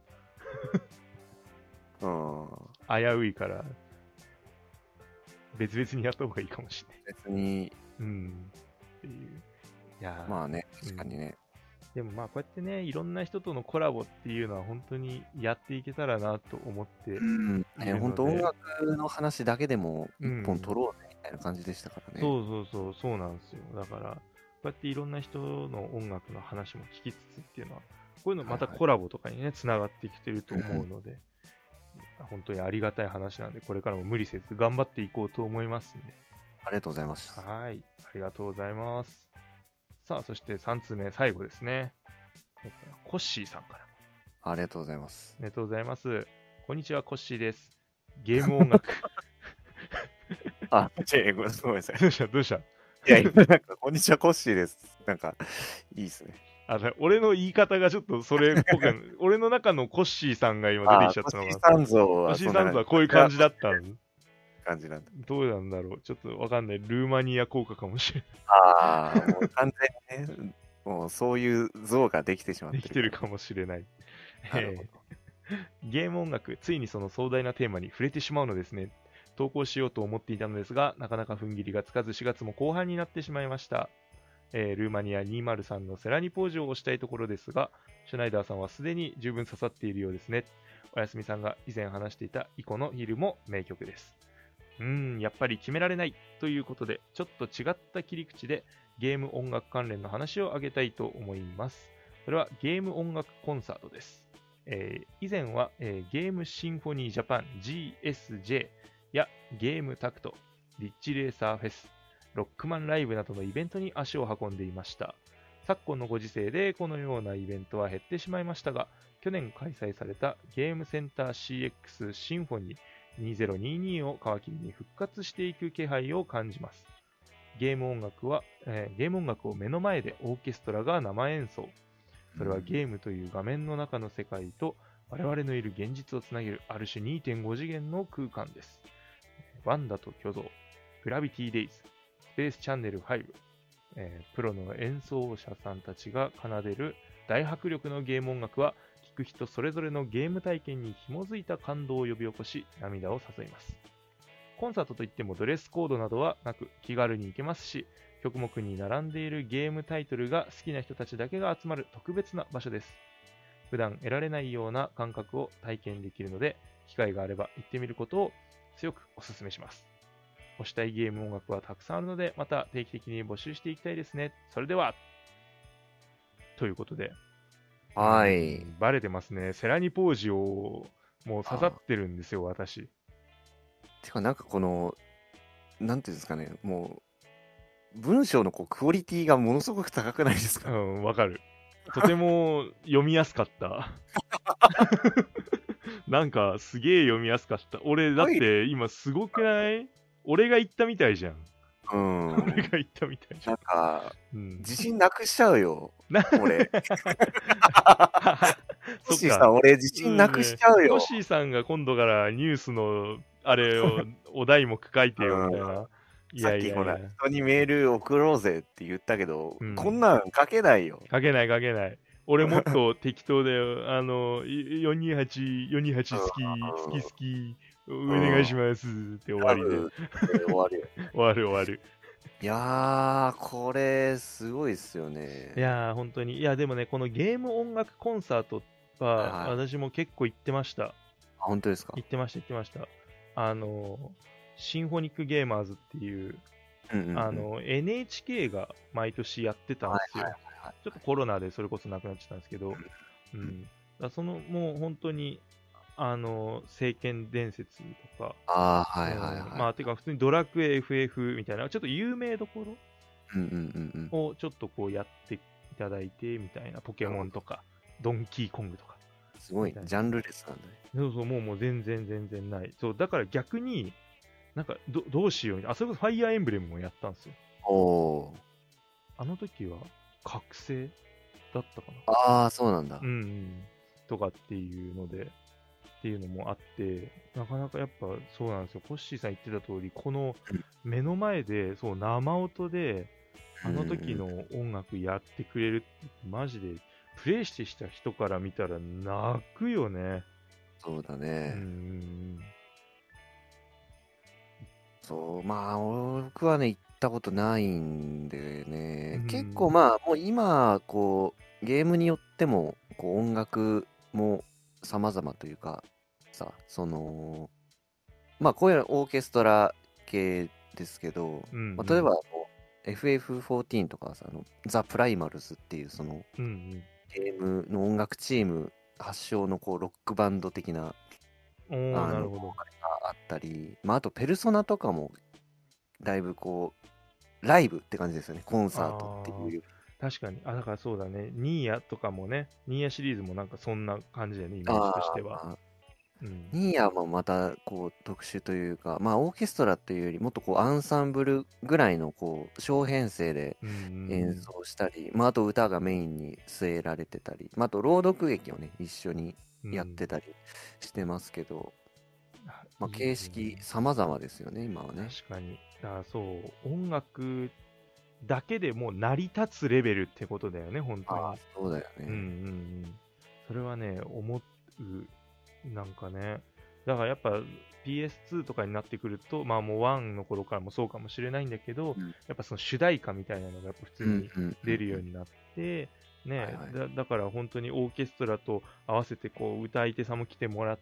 な。危ういから、別々にやった方がいいかもしれない。 別に。 っていう。いやまあね、確かにね。 でもまあこうやってね、いろんな人とのコラボっていうのは本当にやっていけたらなと思っているので、 本当音楽の話だけでも一本取ろうねみたいな感じでしたからね。 そうなんですよ。だから、こうやっていろんな人の音楽の話も聞きつつっていうのは、こういうのまたコラボとかにね、つながってきてると思うので、本当にありがたい話なんで、これからも無理せず頑張っていこうと思いますんで。 ありがとうございます。 はい、ありがとうございます。さあ、そして3通目、最後ですね。コッシーさんから。 ありがとうございます。 ありがとうございます。こんにちは、コッシーです。ゲーム音楽。 ごめんなさい。 どうしたいや、なんか、こんにちは、コッシーです。なんか、いいですね。 俺の言い方がちょっとそれっぽく、俺の中のコッシーさんが今出てきちゃったのが。 コッシーさん像は。 コッシーさん像はこういう感じだったの。 感じなんだ。 どうなんだろう。ちょっとわかんない。ルーマニア効果かもしれない。もう完全にね、もうそういう像ができてしまってる。 できてるかもしれない。ゲーム音楽、ついにその壮大なテーマに触れてしまうのですね。投稿しようと思っていたのですが、なかなか踏ん切りがつかず4月も後半になってしまいました。ルーマニア203のセラニポージを押したいところですが、シュナイダーさんはすでに十分刺さっているようですね。おやすみさんが以前話していたイコのヒルも名曲です。やっぱり決められないということで、ちょっと違った切り口でゲーム音楽関連の話を挙げたいと思います。それはゲーム音楽コンサートです。以前は、ゲームシンフォニージャパン GSJ やゲームタクト、リッチレーサーフェス、ロックマンライブなどのイベントに足を運んでいました。昨今のご時世でこのようなイベントは減ってしまいましたが、去年開催されたゲームセンター CX シンフォニー2022を皮切りに復活していく気配を感じます。ゲーム音楽を目の前でオーケストラが生演奏。それはゲームという画面の中の世界と我々のいる現実をつなげるある種 2.5 次元の空間です。ワンダと巨像、グラビティデイズ、スペースチャンネル5、プロの演奏者さんたちが奏でる大迫力のゲーム音楽は聴く人それぞれのゲーム体験に紐づいた感動を呼び起こし涙を誘います。 コンサートといってもドレスコードなどはなく気軽に行けますし、曲目に並んでいるゲームタイトルが好きな人たちだけが集まる特別な場所です。普段得られないような感覚を体験できるので、機会があれば行ってみることを強くお勧めします。推したいゲーム音楽はたくさんあるので、また定期的に募集していきたいですね。それでは、ということで、 はい。 バレてますね。セラニポージをもう刺さってるんですよ、私。 てかなんかこの、なんていうんですかね、もう、文章のこうクオリティがものすごく高くないですか？ わかる。とても読みやすかった。なんかすげえ読みやすかった。俺だっはい。 て今すごくない？俺が言ったみたいじゃん。俺が言ったみたいじゃなんか、 ん。 自信なくしちゃうよ、 な俺。 そっか。 トッシーさん、俺自信なくしちゃうトッよ。 シーさんが今度からニュースのあれをお題目書いてよみたいな。いさっきほら、 やいやいや。 人にメール送ろうぜって言ったけど、 うんこんなん書けないよ。 書けない書けない。俺もっと適当だよ。428、428好き、好き、お願いしますって終わりで。 終わるよ。 終わる。 いやー、これ、すごいっすよね。 いやー、本当に。いや、でもね、このゲーム音楽コンサートは、 はい。 私も結構行ってました。 本当ですか？ 行ってました。シンフォニックゲーマーズっていう、NHK が毎年やってたんですよ。ちょっとコロナでそれこそなくなっちゃったんですけど、だその、もう本当に、聖剣伝説とか、まあ、てか普通にドラクエ FF みたいな、ちょっと有名どころをちょっとこうやっていただいて、みたいな、ポケモンとか、ドンキーコングとか。 すごい、ジャンルレスなんだね。 そう、もう全然ない。そう、だから逆に、なんかどうしようみたいな。それこそファイアーエンブレムもやったんですよ。あの時は、覚醒だったかな。 ああ、そうなんだ。 とかっていうので、っていうのもあって、なかなかやっぱそうなんですよ。コッシーさん言ってた通り、この目の前で、そう、生音で、あの時の音楽やってくれるって、マジで、プレイしてした人から見たら泣くよね。 そうだね。そう、まあ、僕はね、行ったことないんでね、結構まあ、もう今、こう、ゲームによっても、こう、音楽も様々というか、さ、まあ、こういうのオーケストラ系ですけど、まあ、例えば、FF14 とかさ、ザ・プライマルズっていう、ゲームの音楽チーム発祥のこうロックバンド的ななるほど。 があったり、まあ、あとペルソナとかもだいぶこうライブって感じですよね、コンサートっていう。 確かに。だからそうだね。ニーヤとかもね、ニーヤシリーズもなんかそんな感じだよね、イメージとしては。 ニーヤもまたこう特殊というか、まあオーケストラというよりもっとこうアンサンブルぐらいのこう小編成で演奏したり、まああと歌がメインに据えられてたり、まああと朗読劇をね一緒にやってたりしてますけど、まあ形式様々ですよね、今はね。 確かに。だからそう、音楽だけでもう成り立つレベルってことだよね、本当に。 そうだよね。 それはね、思う。なんかね、だからやっぱ PS2 とかになってくると、まあもう1の頃からもそうかもしれないんだけど、やっぱその主題歌みたいなのがやっぱ普通に出るようになって、ね、だから本当にオーケストラと合わせてこう歌い手さんも来てもらって、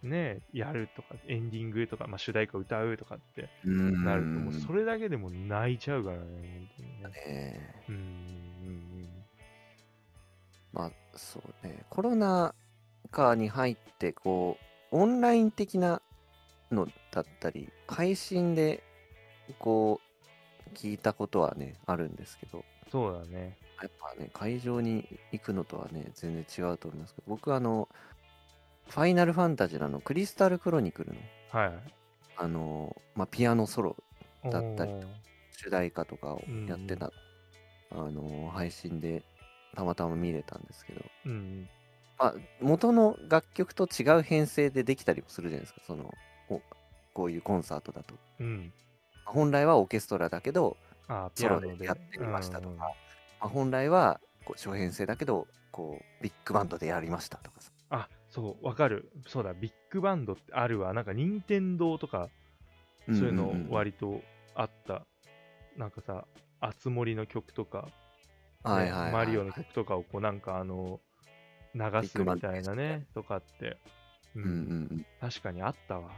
ね、やるとか、エンディングとか、まあ、主題歌歌うとかってなると、もうそれだけでも泣いちゃうからね、本当にね。 まあそうね、コロナ禍に入ってこうオンライン的なのだったり配信でこう聞いたことはねあるんですけど、 そうだね、 やっぱね会場に行くのとはね全然違うと思いますけど、僕はファイナルファンタジーのクリスタルクロニクルのまあ、ピアノソロだったり主題歌とかをやってた、配信でたまたま見れたんですけど、まあ、元の楽曲と違う編成でできたりもするじゃないですか、こういうコンサートだと。本来はオーケストラだけど、ソロでやってみましたとか、まあ、本来はこう小編成だけど、こうビッグバンドでやりましたとかさ。 そう、わかる。そうだ、ビッグバンドってあるわ。なんか、任天堂とかそういうの割とあった。なんかさ、あつ森の曲とか、 はいはいはい、 マリオの曲とかをこうなんか流すみたいなね、とかって、確かにあったわ。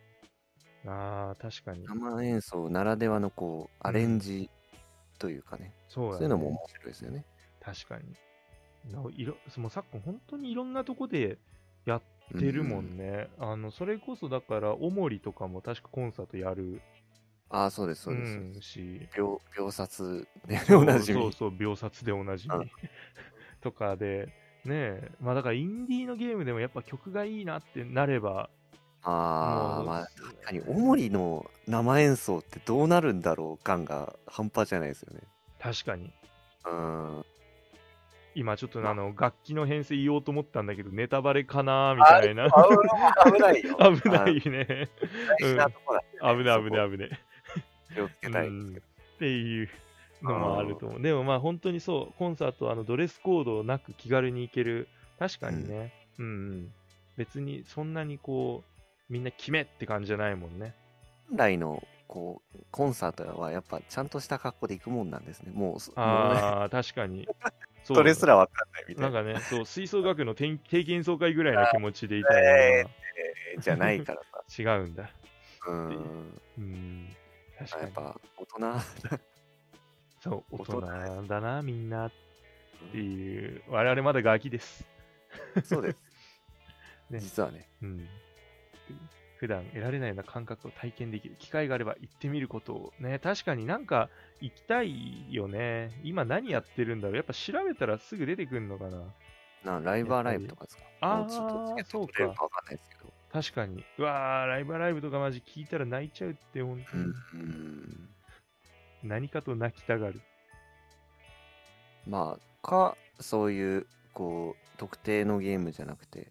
確かに。 生演奏ならではのこう、アレンジというかね、そういうのも面白いですよね。 確かに。もう昨今本当にいろんなとこでやってるもんね。それこそだから、おもりとかも確かコンサートやる。 そうです、そうです。 し、 秒殺でおなじみ。 そう、秒殺でおなじみ。とかで、ねまあだからインディーのゲームでもやっぱ曲がいいなってなれば、 まあ確かに、おもりの生演奏ってどうなるんだろう感が半端じゃないですよね。 確かに。 うん。 今ちょっと楽器の編成言おうと思ったんだけど、ネタバレかなみたいな。 危ないよ。 危ないね。 大事なとこだ、 ね。危ない。 気をつけたいですけど。 っていうのもあると思う。でもまあ本当にそう、コンサートドレスコードなく気軽に行ける。確かにね。別にそんなにこう、みんな決めって感じじゃないもんね。 本来のこうコンサートはやっぱちゃんとした格好で行くもんなんですね。もう確かに。 それすら分かんないみたいな。 なんかね、そう、吹奏楽の定期演奏会ぐらいの気持ちでいたら、 じゃないからさ。違うんだ。確かに。 やっぱ大人そう、大人だな、みんなっていう。我々まだガキです。 そうです。ね、実はね。 普段得られないような感覚を体験できる機会があれば行ってみることをね、確かになんか行きたいよね。今何やってるんだろう。やっぱ調べたらすぐ出てくるのかな。 ライブアライブとかですか。 そうか。 わかんないですけど。 確かに。うわー、ライブアライブとかマジ聞いたら泣いちゃうって、本当に。何かと泣きたがる。 そういう、こう、特定のゲームじゃなくて。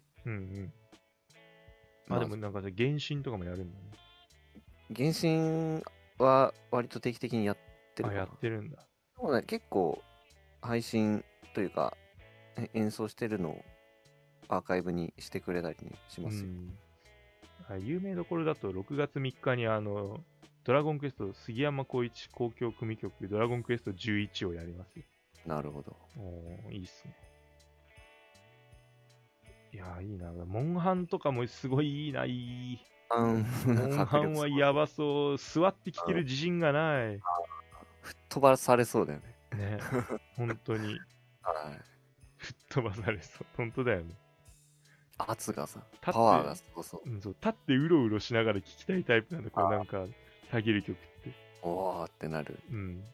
でもなんか原神とかもやるんだね。 原神は割と定期的にやってるかな。 やってるんだ。 そうね、結構配信というか演奏してるのをアーカイブにしてくれたりしますよ。 有名どころだと6月3日にドラゴンクエスト杉山浩一交響組曲ドラゴンクエスト11をやります。 なるほど。 いいっすね。いやいいな。モンハンとかもすごいいいな、いい。モンハンはやばそう。座って聴ける自信がない。 吹っ飛ばされそうだよね。 ね。本当に。吹っ飛ばされそう。本当だよね。 圧がさ、パワーがすごそう。 立ってうろうろしながら聴きたいタイプなんだ。こうなんか、下げる曲って。 おーってなる。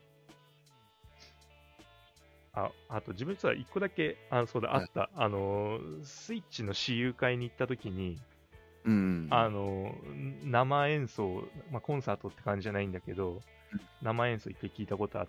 あと自分実は1個だけ、そうだ、あった。スイッチの私有会に行った時に、生演奏、コンサートって感じじゃないんだけど、生演奏一回聞いたことあって、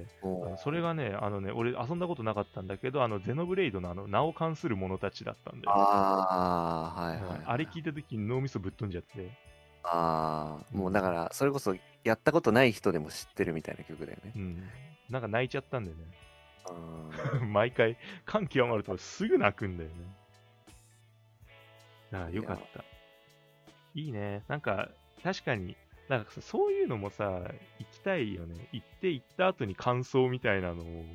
それがね、俺遊んだことなかったんだけど、ゼノブレイドの名を冠する者たちだったんで、あれ聞いた時に脳みそぶっ飛んじゃって。 もうだから、それこそやったことない人でも知ってるみたいな曲だよね。 なんか泣いちゃったんだよね。毎回、感極まるとすぐ泣くんだよね。よかった。いいね。なんか、確かに、なんかそういうのもさ、行きたいよね。行った後に感想みたいなのを、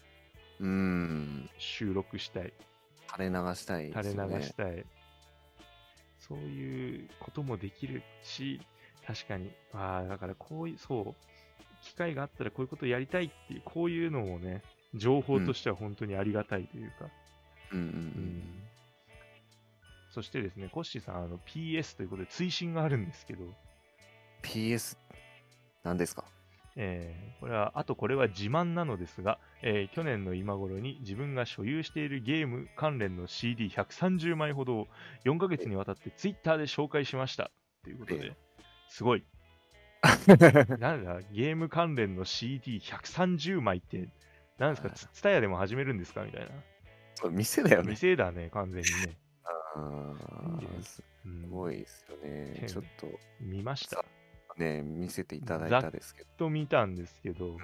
収録したい。 垂れ流したいですね。 垂れ流したい。そういうこともできるし、確かに、だからこういう、そう、機会があったらこういうことをやりたいっていう、こういうのをね、情報としては本当にありがたいというか。そしてですね、コッシーさん、PS ということで追伸があるんですけど。 PS、何ですか？ これは自慢なのですが、去年の今頃に自分が所有しているゲーム関連の CD130 枚ほどを4ヶ月にわたってツイッターで紹介しましたということで、すごい。なんだ、ゲーム関連の CD130 枚って、なんですか、ツタヤでも始めるんですかみたいな。 店だよね。 店だね、完全にね。 すごいですよね。ちょっと見ました。 ね、見せていただいたですけど。 ざっと見たんですけど、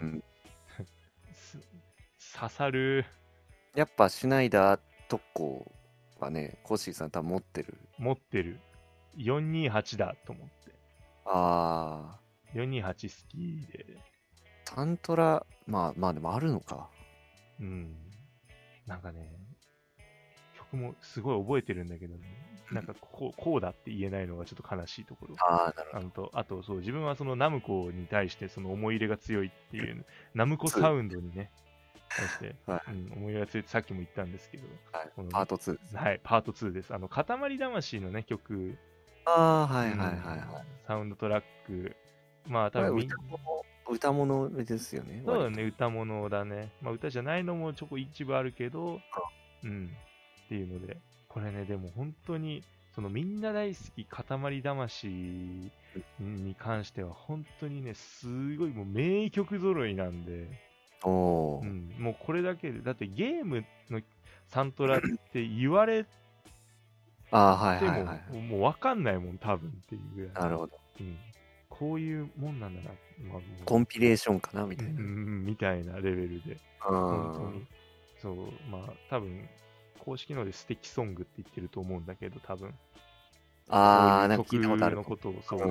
刺さる。 やっぱシュナイダー特攻はね、コッシーさん多分持ってる。 持ってる。428だと思って。 あ 428好きで。 サントラ、まあでもあるのか。 うん。なんかね、曲もすごい覚えてるんだけど、なんかこうだって言えないのがちょっと悲しいところ。 なるほど。 あとそう、自分はそのナムコに対してその思い入れが強いっていう、ナムコサウンドにね、対して、 はい思い入れが強いってさっきも言ったんですけど、 はいこのパート2です。 はい、パート2です。塊魂のね、曲、 はいはいはいはい。 サウンドトラック、まあこれ多分歌物ですよね、割と。 そうだね、歌物だね。まあ歌じゃないのも一部あるけど、っていうので、これね、でも本当に、そのみんな大好き塊魂に関しては、本当にね、すごいもう名曲揃いなんで、 おー。 もうこれだけで、だってゲームのサントラって言われはいても、 はいはい。 もうわかんないもん、多分っていうぐらい。 なるほど。 こういうもんなんだな、まあ、もうコンピレーションかなみたいな。 みたいなレベルで、本当に。そう、まあ、多分、公式ので素敵ソングって言ってると思うんだけど、多分。 なんか曲聞いたことあるのことを、そう。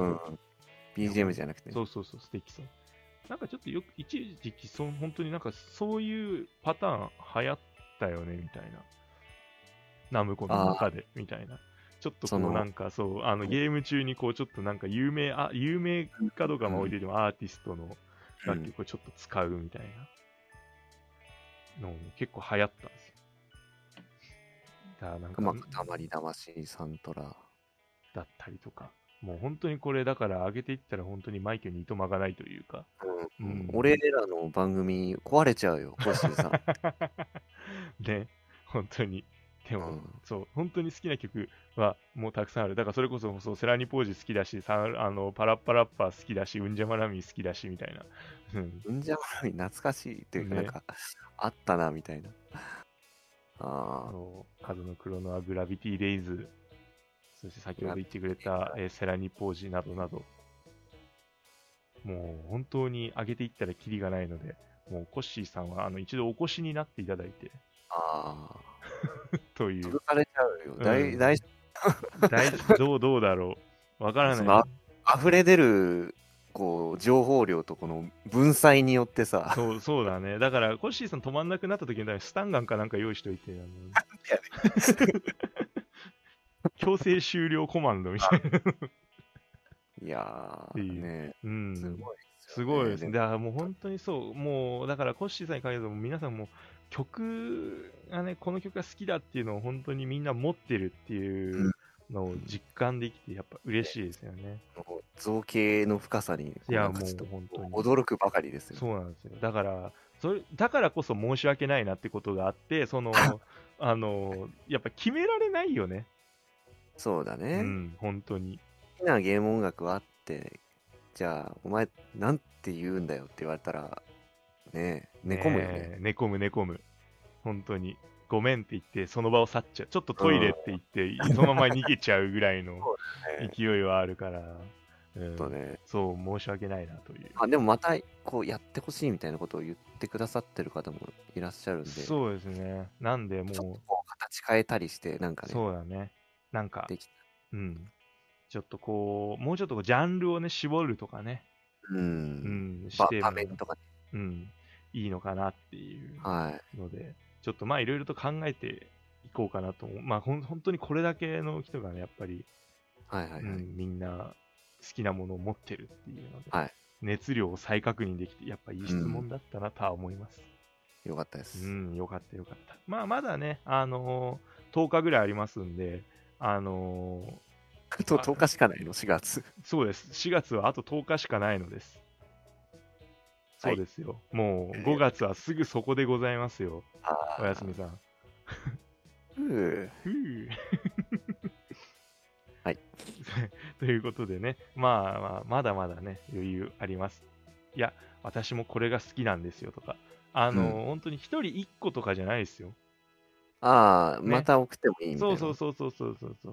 BGM じゃなくて。 そう素敵ソング。なんかちょっと一時期、本当になんかそういうパターン流行ったよね、みたいな。ナムコの中で、みたいな。ちょっとこうなんかそう、ゲーム中にこうちょっとなんか有名かどうかは置いててもアーティストの楽曲をちょっと使うみたいなの結構流行ったんですよ。だからなんか、 塊魂サントラ。 だったりとか。もう本当にこれだから上げていったら本当にマイケルにいとまがないというか。 俺らの番組壊れちゃうよ、コッシーさん。 ね、本当に。でも、そう、本当に好きな曲はもうたくさんある。だからそれこそ、セラニポージ好きだし、パラッパラッパー好きだし、うんじゃまらみ好きだし、みたいな。 うんじゃまらみ懐かしいっていうか、なんか、あったな、みたいな。 風の黒のグラビティレイズ、そして先ほど言ってくれた、セラニポージなどなど、もう本当に上げていったらキリがないので、もうコッシーさんは一度お越しになっていただいて、という。 潰されちゃうよ。大どうだろう。わからない。 溢れ出る、こう、情報量とこの文才によってさ。 そうだね。だから、コッシーさん止まんなくなった時に、スタンガンかなんか用意しといて、強制終了コマンドみたいな。 いやー、ね、 すごいですね。だからもう本当にそう、もう、だからコッシーさんに限らず、皆さんも曲がね、この曲が好きだっていうのを本当にみんな持ってるっていうのを実感できて、やっぱ嬉しいですよね。 造形の深さに、 いや、もう本当に。 驚くばかりですよ。 そうなんですよ。だからこそ申し訳ないなってことがあって、やっぱ決められないよね。 そうだね。 本当に。 好きなゲーム音楽はあって、じゃあ、お前、なんて言うんだよって言われたら、ね、寝込むよね。 寝込む。本当に。ごめんって言って、その場を去っちゃう。ちょっとトイレって言って、そのまま逃げちゃうぐらいの勢いはあるから、そう、申し訳ないなという。 でもまた、こう、やってほしいみたいなことを言ってくださってる方もいらっしゃるんで。 そうですね。なんで、もう。 ちょっとこう、形変えたりして、なんかね。 そうだね。なんか、ちょっとこう、もうちょっとジャンルをね、絞るとかね。して場面とかね。いいのかなっていうので、ちょっとまあいろいろと考えていこうかなと思う。まあ本当にこれだけの人がね、やっぱり、みんな好きなものを持ってるっていうので、熱量を再確認できて、やっぱいい質問だったなとは思います。 よかったです。 よかった。まあまだね、10日ぐらいありますんで、 10日しかないの ?4 月。 そうです。4月はあと10日しかないのです。そうですよ。もう5月はすぐそこでございますよ。おやすみさん。 はい。 ということでね、まだまだね、余裕あります。いや、私もこれが好きなんですよとか、本当に一人一個とかじゃないですよ。 また送ってもいいみたいな。 そう。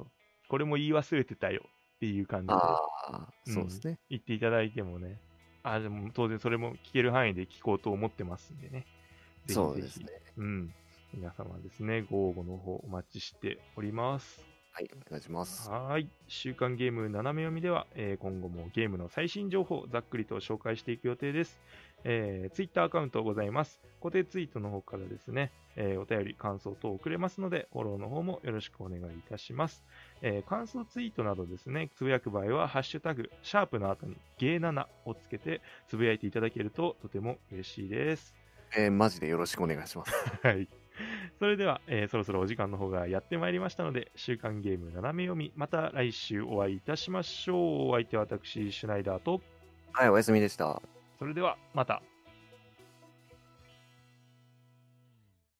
これも言い忘れてたよっていう感じで。 そうですね。 言っていただいてもね。でも当然それも聞ける範囲で聞こうと思ってますんでね。 そうですね。 皆様ですね、ご応募の方お待ちしております。 はい、お願いします。 はい。週刊ゲーム斜め読みでは、今後もゲームの最新情報をざっくりと紹介していく予定です。ツイッターアカウントございます。固定ツイートの方からですね、お便り、感想等送れますので、フォローの方もよろしくお願いいたします。感想ツイートなどですね、つぶやく場合は、ハッシュタグ、シャープの後にゲー7をつけてつぶやいていただけるととても嬉しいです。 マジでよろしくお願いします。 はい。それでは、そろそろお時間の方がやってまいりましたので、週刊ゲーム斜め読み、また来週お会いいたしましょう。お相手は私、シュナイダーと、 はい、おやすみでした。 それではまた。